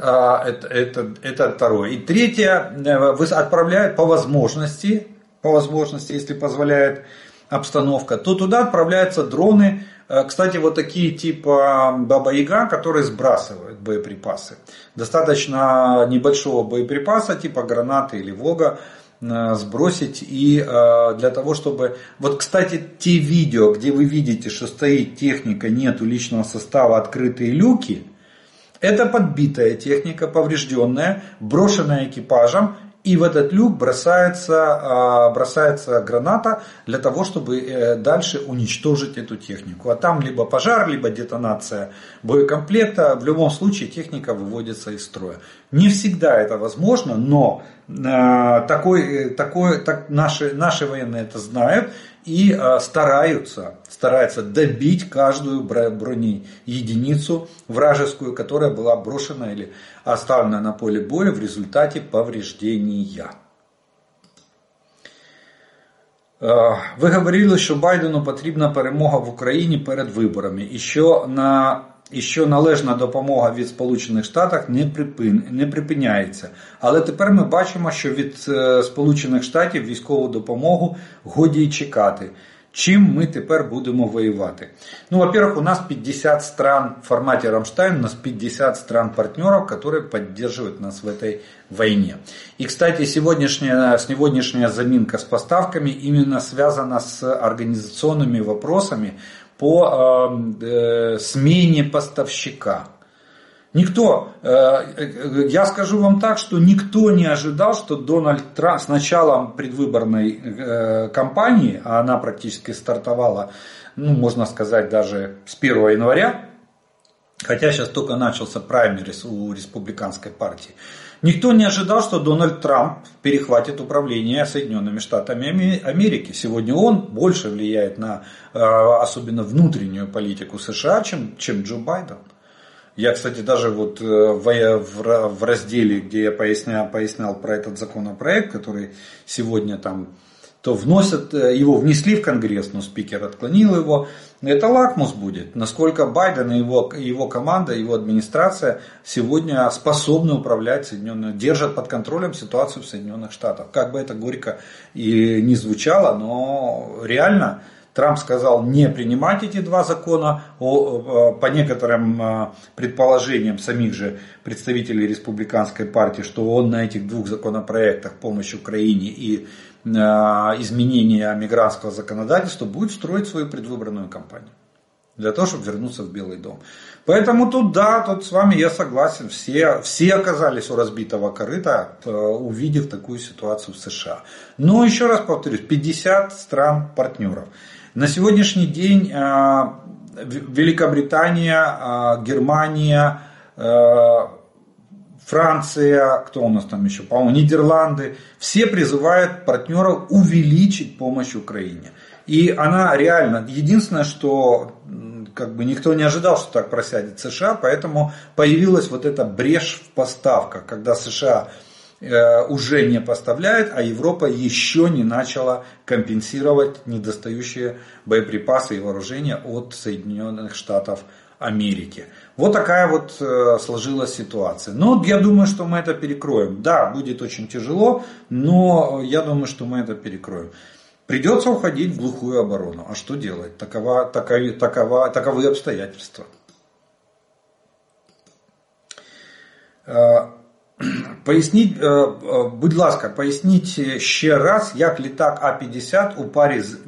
Это второе. И третье, отправляют по возможности, если позволяет обстановка, то туда отправляются дроны. Кстати, вот такие типа Баба-Яга, которые сбрасывают боеприпасы. Достаточно небольшого боеприпаса, типа гранаты или Вога, сбросить. И для того, чтобы... Вот, кстати, те видео, где вы видите, что стоит техника, нету личного состава, открытые люки, это подбитая техника, поврежденная, брошенная экипажем. И в этот люк бросается граната для того, чтобы дальше уничтожить эту технику. А там либо пожар, либо детонация боекомплекта. В любом случае техника выводится из строя. Не всегда это возможно, но наши военные это знают и стараются добить каждую бронеединицу вражескую, которая была брошена или оставлена на поле боя в результате повреждения. Ви говорили, що Байдену потрібна перемога в Україні перед виборами і що належна допомога від Сполучених Штатів не припиняється. Але тепер ми бачимо, що від Сполучених Штатів військову допомогу годі й чекати. Чим мы теперь будем воевать? Ну, во-первых, у нас 50 стран в формате Рамштайн, у нас 50 стран-партнеров, которые поддерживают нас в этой войне. И, кстати, сегодняшняя заминка с поставками именно связана с организационными вопросами по смене поставщика. Я скажу вам так, что никто не ожидал, что Дональд Трамп с началом предвыборной кампании, а она практически стартовала, можно сказать, даже с 1 января, хотя сейчас только начался праймерис у республиканской партии, никто не ожидал, что Дональд Трамп перехватит управление Соединенными Штатами Америки. Сегодня он больше влияет на особенно внутреннюю политику США, чем Джо Байден. Я, кстати, даже вот в разделе, где я пояснял про этот законопроект, который сегодня там то вносят, его внесли в Конгресс, но спикер отклонил его. Это лакмус будет, насколько Байден и его команда, его администрация сегодня способны управлять держат под контролем ситуацию в Соединенных Штатах. Как бы это горько и не звучало, но реально Трамп сказал не принимать эти два закона. По некоторым предположениям самих же представителей республиканской партии, что он на этих двух законопроектах помощь Украине и изменение мигрантского законодательства будет строить свою предвыборную кампанию. Для того, чтобы вернуться в Белый дом. Поэтому тут с вами я согласен. Все оказались у разбитого корыта, увидев такую ситуацию в США. Но еще раз повторюсь, 50 стран-партнеров. На сегодняшний день Великобритания, Германия, Франция, кто у нас там еще, по-моему, Нидерланды, все призывают партнеров увеличить помощь Украине. И она реально, единственное, что как бы никто не ожидал, что так просядет США, поэтому появилась вот эта брешь в поставках, когда США уже не поставляет, а Европа еще не начала компенсировать недостающие боеприпасы и вооружения от Соединенных Штатов Америки. Вот такая вот сложилась ситуация. Но я думаю, что мы это перекроем. Да, будет очень тяжело, но я думаю, что мы это перекроем. Придется уходить в глухую оборону. А что делать? Таковы обстоятельства. Поясніть, будь ласка, поясніть ще раз, як літак А-50 у парі з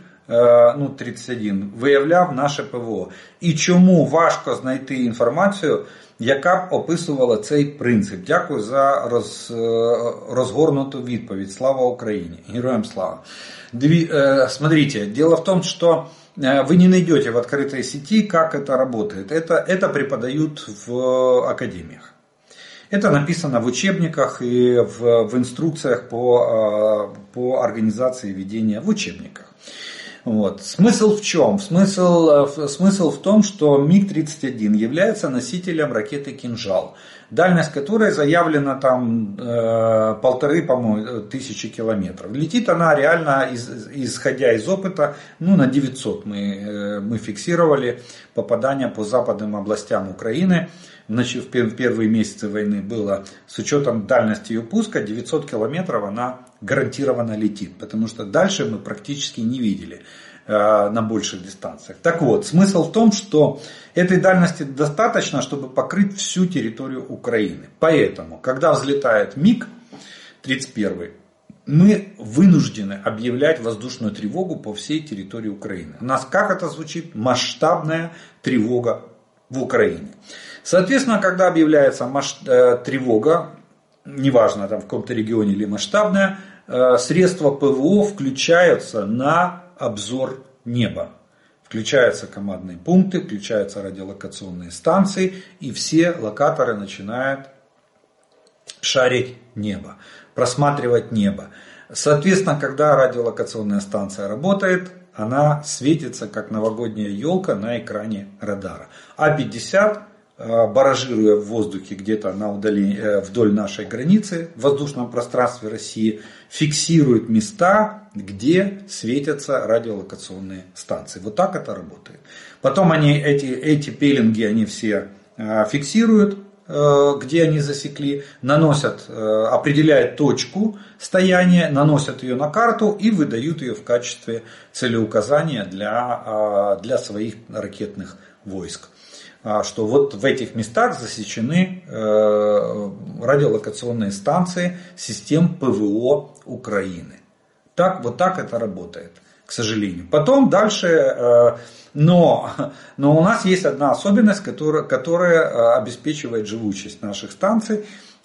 МіГ-31 виявляв наше ПВО. І чому важко знайти інформацію, яка б описувала цей принцип. Дякую за розгорнуту відповідь. Слава Україні! Героям слава! Смотрите, дело в том, что вы не найдете в открытой сети, как это работает. Это преподают в академиях. Это написано в учебниках и в инструкциях по организации ведения в учебниках. Вот. Смысл в чем? Смысл в том, что МиГ-31 является носителем ракеты «Кинжал», дальность которой заявлена там 1500, по-моему, тысячи километров. Летит она реально, исходя из опыта, на 900 мы фиксировали попадания по западным областям Украины. В первые месяцы войны было, с учетом дальности ее пуска, 900 километров она гарантированно летит. Потому что дальше мы практически не видели на больших дистанциях. Так вот, смысл в том, что этой дальности достаточно, чтобы покрыть всю территорию Украины. Поэтому, когда взлетает МиГ-31, мы вынуждены объявлять воздушную тревогу по всей территории Украины. У нас, как это звучит, масштабная тревога в Украине. Соответственно, когда объявляется тревога, неважно там в каком-то регионе или масштабная, средства ПВО включаются на обзор неба. Включаются командные пункты, включаются радиолокационные станции, и все локаторы начинают шарить небо, просматривать небо. Соответственно, когда радиолокационная станция работает, она светится как новогодняя елка на экране радара. А-50, баражируя в воздухе где-то вдоль нашей границы в воздушном пространстве России, фиксирует места, где светятся радиолокационные станции. Вот так это работает. Потом эти пеленги они все фиксируют, где они засекли, определяют точку стояния, наносят ее на карту и выдают ее в качестве целеуказания для своих ракетных войск. Что вот в этих местах засечены радиолокационные станции систем ПВО Украины. Вот так это работает, к сожалению. Потом дальше, но у нас есть одна особенность, которая обеспечивает живучесть наших станций.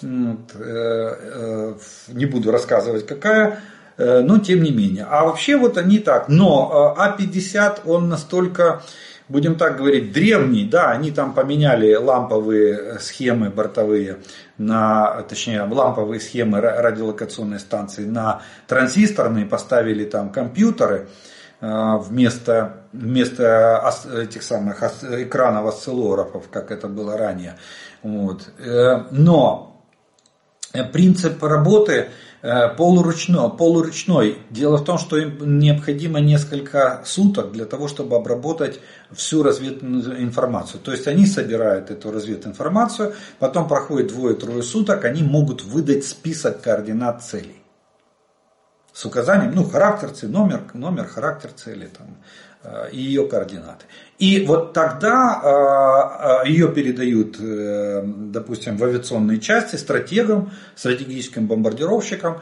Не буду рассказывать какая, но тем не менее. А вообще вот они так. Но А-50 он настолько, будем так говорить, древний, да, они там поменяли ламповые схемы бортовые, ламповые схемы радиолокационной станции на транзисторные, поставили там компьютеры вместо этих самых экранов осциллографов, как это было ранее. Вот. Но принцип работы полуручной. Дело в том, что им необходимо несколько суток для того, чтобы обработать всю разведную информацию. То есть они собирают эту развединформацию, потом проходит 2-3 суток, они могут выдать список координат целей. С указанием, характер цели, номер, характер цели и ее координаты. И вот тогда ее передают, допустим, в авиационные части стратегам, стратегическим бомбардировщикам.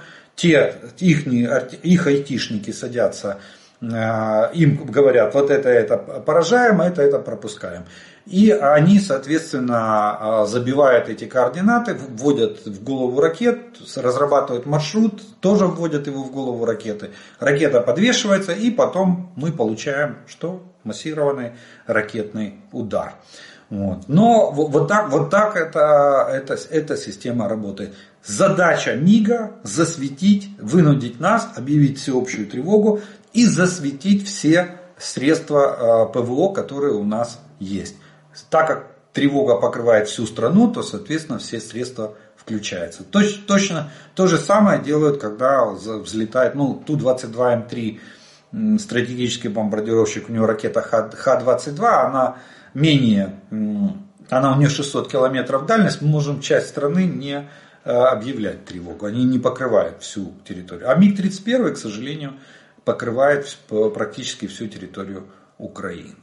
Их айтишники садятся, им говорят, вот это поражаем, это пропускаем. И они, соответственно, забивают эти координаты, вводят в голову ракет, разрабатывают маршрут, тоже вводят его в голову ракеты. Ракета подвешивается, и потом мы получаем что? Массированный ракетный удар. Вот. Но вот так эта система работает. Задача МиГа засветить, вынудить нас, объявить всеобщую тревогу и засветить все средства ПВО, которые у нас есть. Так как тревога покрывает всю страну, то, соответственно, все средства включается. Точно то же самое делают, когда взлетает, Ту-22М3, стратегический бомбардировщик, у него ракета Х-22, она у нее 600 километров дальность, мы можем часть страны не объявлять тревогу, они не покрывают всю территорию. А МиГ-31, к сожалению, покрывает практически всю территорию Украины.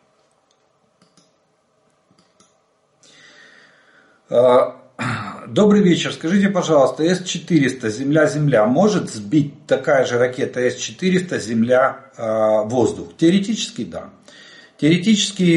Добрый вечер. Скажите, пожалуйста, С-400 Земля-Земля может сбить такая же ракета С-400 Земля-воздух? Теоретически да. Теоретически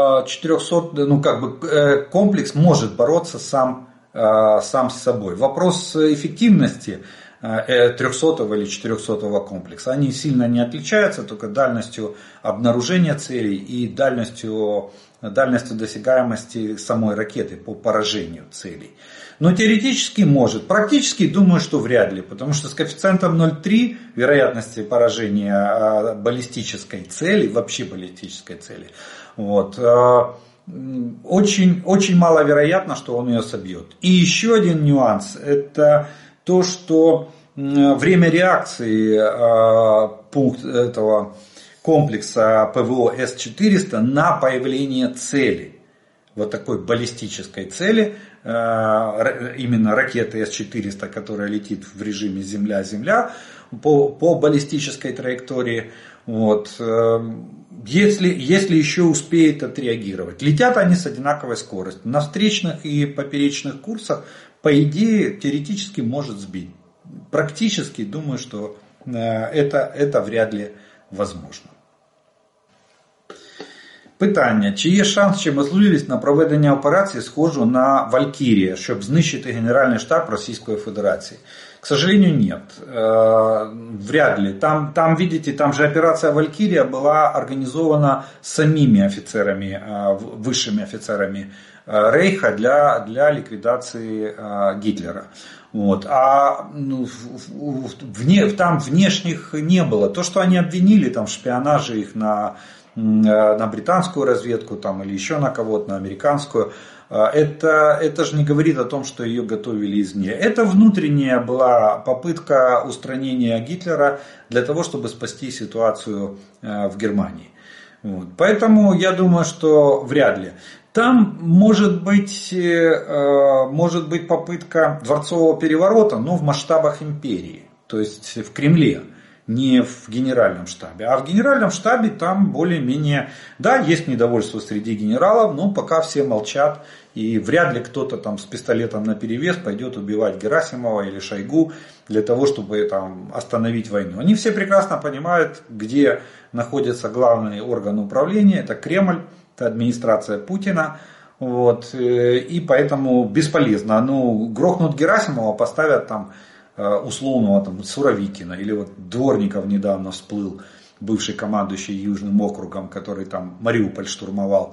400, комплекс может бороться сам с собой. Вопрос эффективности 300 или 400 комплекса. Они сильно не отличаются, только дальностью обнаружения целей и дальностью досягаемости самой ракеты по поражению целей. Но теоретически может. Практически думаю, что вряд ли. Потому что с коэффициентом 0,3 вероятности поражения баллистической цели, вообще баллистической цели, очень, очень маловероятно, что он ее собьет. И еще один нюанс. Это то, что время реакции этого комплекса ПВО С-400 на появление цели. Вот такой баллистической цели, именно ракеты С-400, которая летит в режиме Земля-Земля по баллистической траектории. Если еще успеет отреагировать. Летят они с одинаковой скоростью. На встречных и поперечных курсах, по идее, теоретически может сбить. Практически думаю, что это вряд ли возможно. Питання. Чи є шанс, чи можливість на проведення операції схожу на Валькірія, щоб знищити Генеральний штаб Российской Федерации? К сожалению, нет. Вряд ли. Там, видите, там же операция Валькирия была организована самими офицерами, высшими офицерами Рейха для ликвидации Гитлера. Там внешних не было. То, что они обвинили там, в шпионаже их на британскую разведку там, или еще на кого-то, на американскую, это же не говорит о том, что ее готовили извне. Это внутренняя была попытка устранения Гитлера для того, чтобы спасти ситуацию в Германии. Поэтому я думаю, что вряд ли. Там может быть попытка дворцового переворота, но в масштабах империи, то есть в Кремле. Не в генеральном штабе. А в генеральном штабе там более-менее, да, есть недовольство среди генералов, но пока все молчат. И вряд ли кто-то там с пистолетом наперевес пойдет убивать Герасимова или Шойгу для того, чтобы там остановить войну. Они все прекрасно понимают, где находится главный орган управления. Это Кремль, это администрация Путина. И поэтому бесполезно. Грохнут Герасимова, поставят там условного там Суровикина, или Дворников недавно всплыл, бывший командующий Южным округом, который там Мариуполь штурмовал,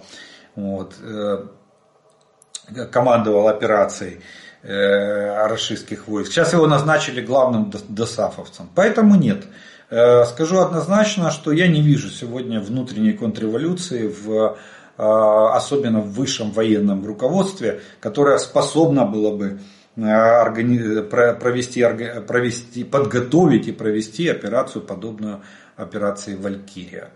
командовал операцией рашистских войск. Сейчас его назначили главным досафовцем. Поэтому нет. Скажу однозначно, что я не вижу сегодня внутренней контрреволюции, особенно в высшем военном руководстве, которая способна была бы подготовить и провести операцию, подобную операции «Валькирия».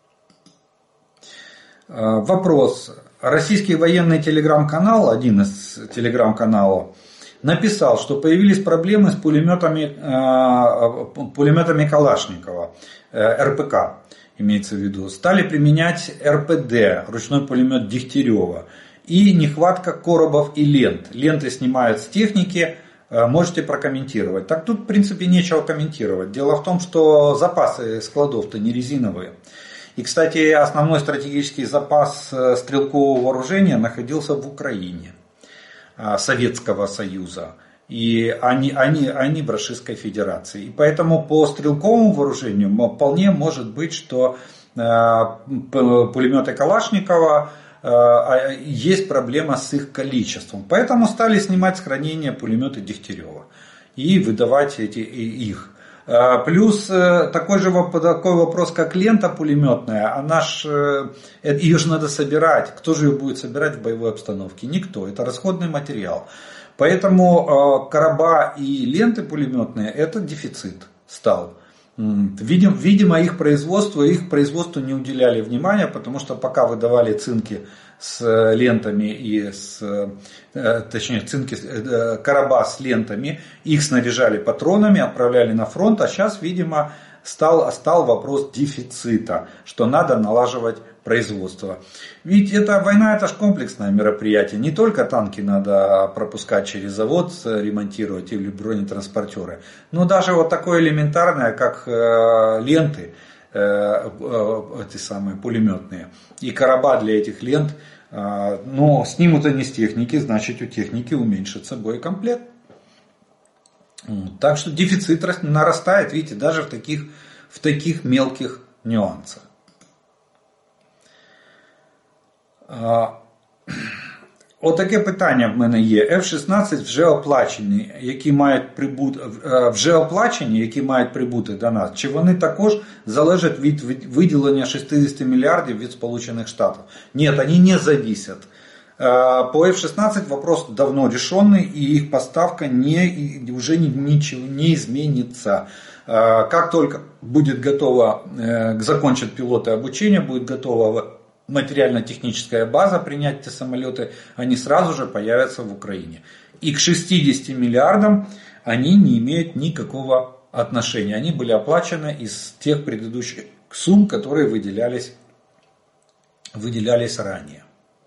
Вопрос. Российский военный телеграм-канал, один из телеграм-каналов, написал, что появились проблемы с пулеметами Калашникова, РПК имеется в виду. Стали применять РПД, ручной пулемет Дегтярева. И нехватка коробов и лент. Ленты снимают с техники, можете прокомментировать. Так тут в принципе нечего комментировать. Дело в том, что запасы складов-то не резиновые. И, кстати, основной стратегический запас стрелкового вооружения находился в Украине, Советского Союза. И они в Российской Федерации. И поэтому по стрелковому вооружению вполне может быть, что пулеметы Калашникова, есть проблема с их количеством. Поэтому стали снимать с хранения пулеметы Дегтярева и выдавать их. Плюс такой вопрос, как лента пулеметная, ее же надо собирать. Кто же ее будет собирать в боевой обстановке? Никто. Это расходный материал. Поэтому короба и ленты пулеметные это дефицит стал. Видимо, их производству не уделяли внимания, потому что пока выдавали цинки с лентами короба с лентами, их снаряжали патронами, отправляли на фронт, а сейчас, видимо, стал вопрос дефицита, что надо налаживать производство. Ведь война это же комплексное мероприятие, не только танки надо пропускать через завод, ремонтировать или бронетранспортеры, но даже вот такое элементарное, как ленты, эти самые пулеметные, и короба для этих лент, но снимут они с техники, значит у техники уменьшится боекомплект. Так что дефицит нарастает, видите, даже в таких мелких нюансах. Отаке питання в мене є. F-16 вже оплачені, які мають прибути до нас. Чи вони також залежать від виділення 60 мільярдів від Сполучених Штатів? Нет, они не зависят. По F-16 вопрос давно решенный, и их поставка уже ничего не изменится. Как только будет готово, закончат пилоты обучение, будет готова материально-техническая база принять эти самолеты, они сразу же появятся в Украине. И к 60 миллиардам они не имеют никакого отношения. Они были оплачены из тех предыдущих сумм, которые выделялись ранее.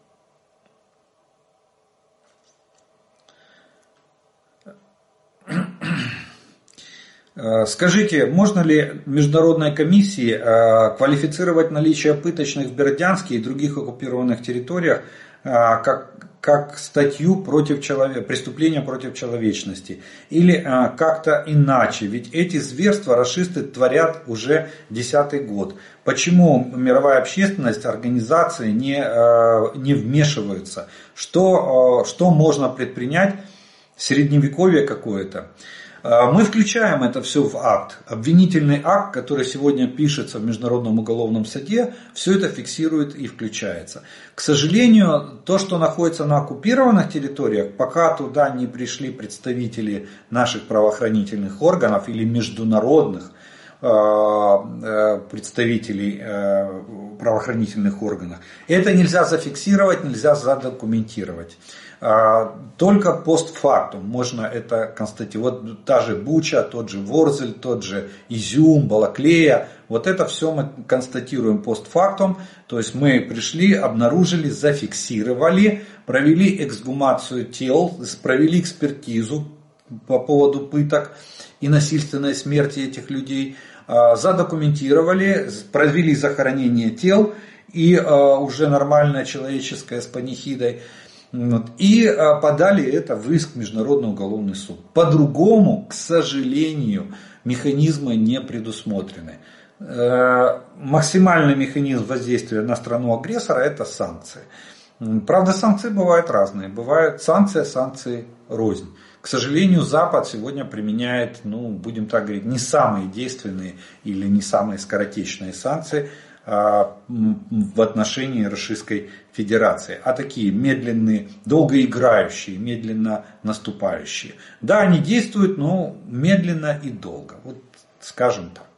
Скажите, можно ли международной комиссии квалифицировать наличие пыточных в Бердянске и других оккупированных территориях как статью преступления против человечности? Или как-то иначе? Ведь эти зверства рашисты творят уже 10-й год. Почему мировая общественность, организации не вмешиваются? Что можно предпринять? Средневековье какое-то. Мы включаем это все в акт. Обвинительный акт, который сегодня пишется в Международном уголовном суде, все это фиксирует и включается. К сожалению, то, что находится на оккупированных территориях, пока туда не пришли представители наших правоохранительных органов или международных представителей правоохранительных органов, это нельзя зафиксировать, нельзя задокументировать. Только постфактум можно это констатировать. Вот та же Буча, тот же Ворзель, тот же Изюм, Балаклея. Вот это все мы констатируем постфактум. То есть мы пришли, обнаружили, зафиксировали, провели эксгумацию тел, провели экспертизу по поводу пыток и насильственной смерти этих людей, задокументировали, провели захоронение тел и уже нормальное человеческое с панихидой. И подали это в иск в Международный уголовный суд. По-другому, к сожалению, механизмы не предусмотрены. Максимальный механизм воздействия на страну-агрессора – это санкции. Правда, санкции бывают разные. Бывают санкции рознь. К сожалению, Запад сегодня применяет, будем так говорить, не самые действенные или не самые скоротечные санкции в отношении Российской Федерации, а такие медленные, долгоиграющие, медленно наступающие. Да, они действуют, но медленно и долго. Вот скажем так.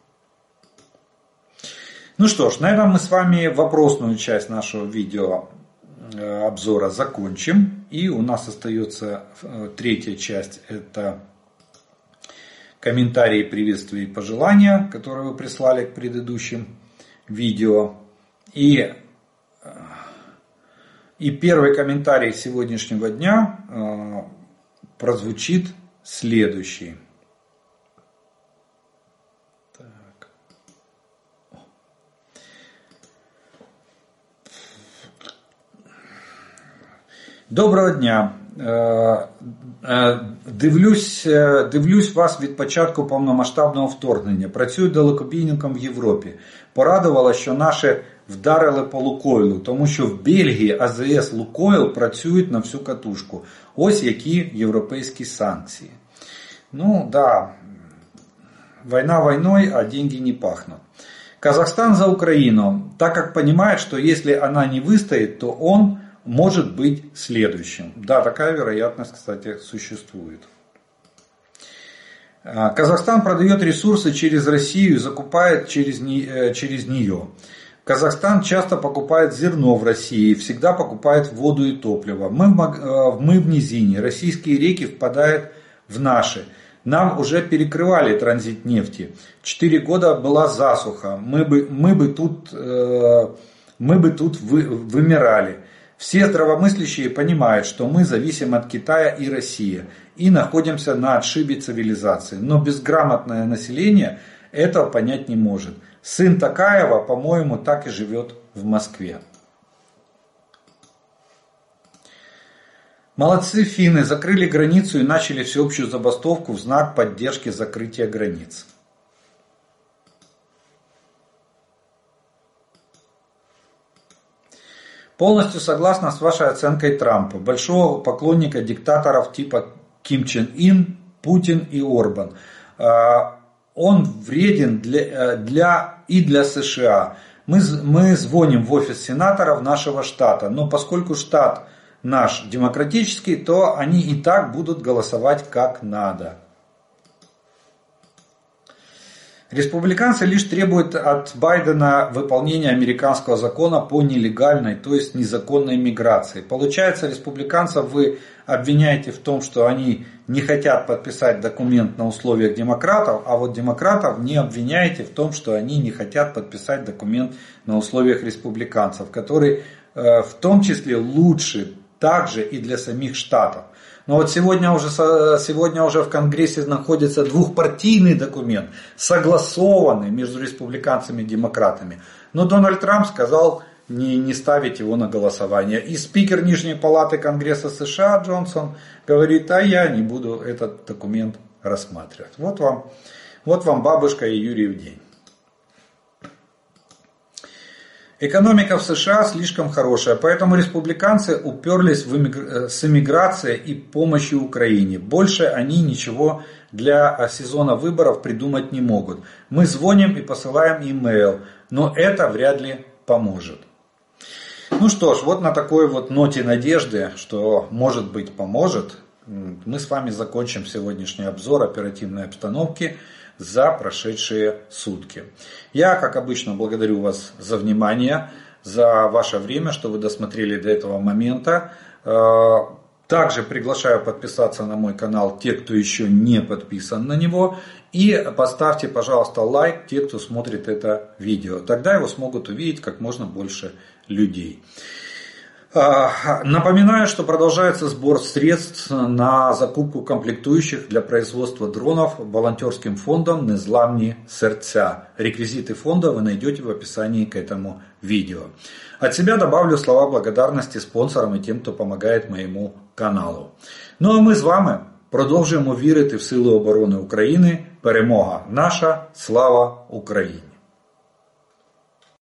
Ну что ж, на этом мы с вами вопросную часть нашего видео обзора закончим. И у нас остается третья часть, это комментарии, приветствия и пожелания, которые вы прислали к предыдущим видео. И первый комментарий сегодняшнего дня прозвучит следующий. Так. Доброго дня. Дивлюсь вас від початку повномасштабного вторгнення. Працюю далекобійником в Європі. Порадувало, що наше вдарили по Лукойлу, тому що в Бельгії АЗС Лукойл працюють на всю катушку. Ось які європейські санкції. Ну, да. Война войной, а деньги не пахнут. Казахстан за Украину, так как понимает, что если она не выстоит, то он может быть следующим. Да, такая вероятность, кстати, существует. Казахстан продает ресурсы через Россию и закупает через нее. Казахстан часто покупает зерно в России, всегда покупает воду и топливо. Мы в низине, российские реки впадают в наши. Нам уже перекрывали транзит нефти. 4 года была засуха. Мы бы тут вымирали. Все здравомыслящие понимают, что мы зависим от Китая и России и находимся на отшибе цивилизации. Но безграмотное население этого понять не может. Сын Токаева, по-моему, так и живет в Москве. Молодцы финны, закрыли границу и начали всеобщую забастовку в знак поддержки закрытия границ. Полностью согласна с вашей оценкой Трампа, большого поклонника диктаторов типа Ким Чен Ын, Путин и Орбан. Он вреден для США. Мы звоним в офис сенаторов нашего штата, но поскольку штат наш демократический, то они и так будут голосовать как надо. Республиканцы лишь требуют от Байдена выполнения американского закона по нелегальной, то есть незаконной миграции. Получается, республиканцев вы обвиняете в том, что они не хотят подписать документ на условиях демократов, а вот демократов не обвиняете в том, что они не хотят подписать документ на условиях республиканцев, который в том числе лучше также и для самих штатов. Но вот сегодня уже в Конгрессе находится двухпартийный документ, согласованный между республиканцами и демократами. Но Дональд Трамп сказал не ставить его на голосование. И спикер Нижней палаты Конгресса США Джонсон говорит, а я не буду этот документ рассматривать. Вот вам бабушка и Юрьев день. Экономика в США слишком хорошая, поэтому республиканцы уперлись с эмиграцией и помощью Украине. Больше они ничего для сезона выборов придумать не могут. Мы звоним и посылаем имейл, но это вряд ли поможет. Ну что ж, вот на такой вот ноте надежды, что может быть поможет, мы с вами закончим сегодняшний обзор оперативной обстановки за прошедшие сутки. Я, как обычно, благодарю вас за внимание, за ваше время, что вы досмотрели до этого момента. Также приглашаю подписаться на мой канал те, кто еще не подписан на него. И поставьте, пожалуйста, лайк те, кто смотрит это видео. Тогда его смогут увидеть как можно больше людей. Напоминаю, что продолжается сбор средств на закупку комплектующих для производства дронов волонтерским фондом «Незламні серця». Реквизиты фонда вы найдете в описании к этому видео. От себя добавлю слова благодарности спонсорам и тем, кто помогает моему каналу. Ну а ми з вами продовжуємо вірити в Сили оборони України. Перемога наша, слава Україні!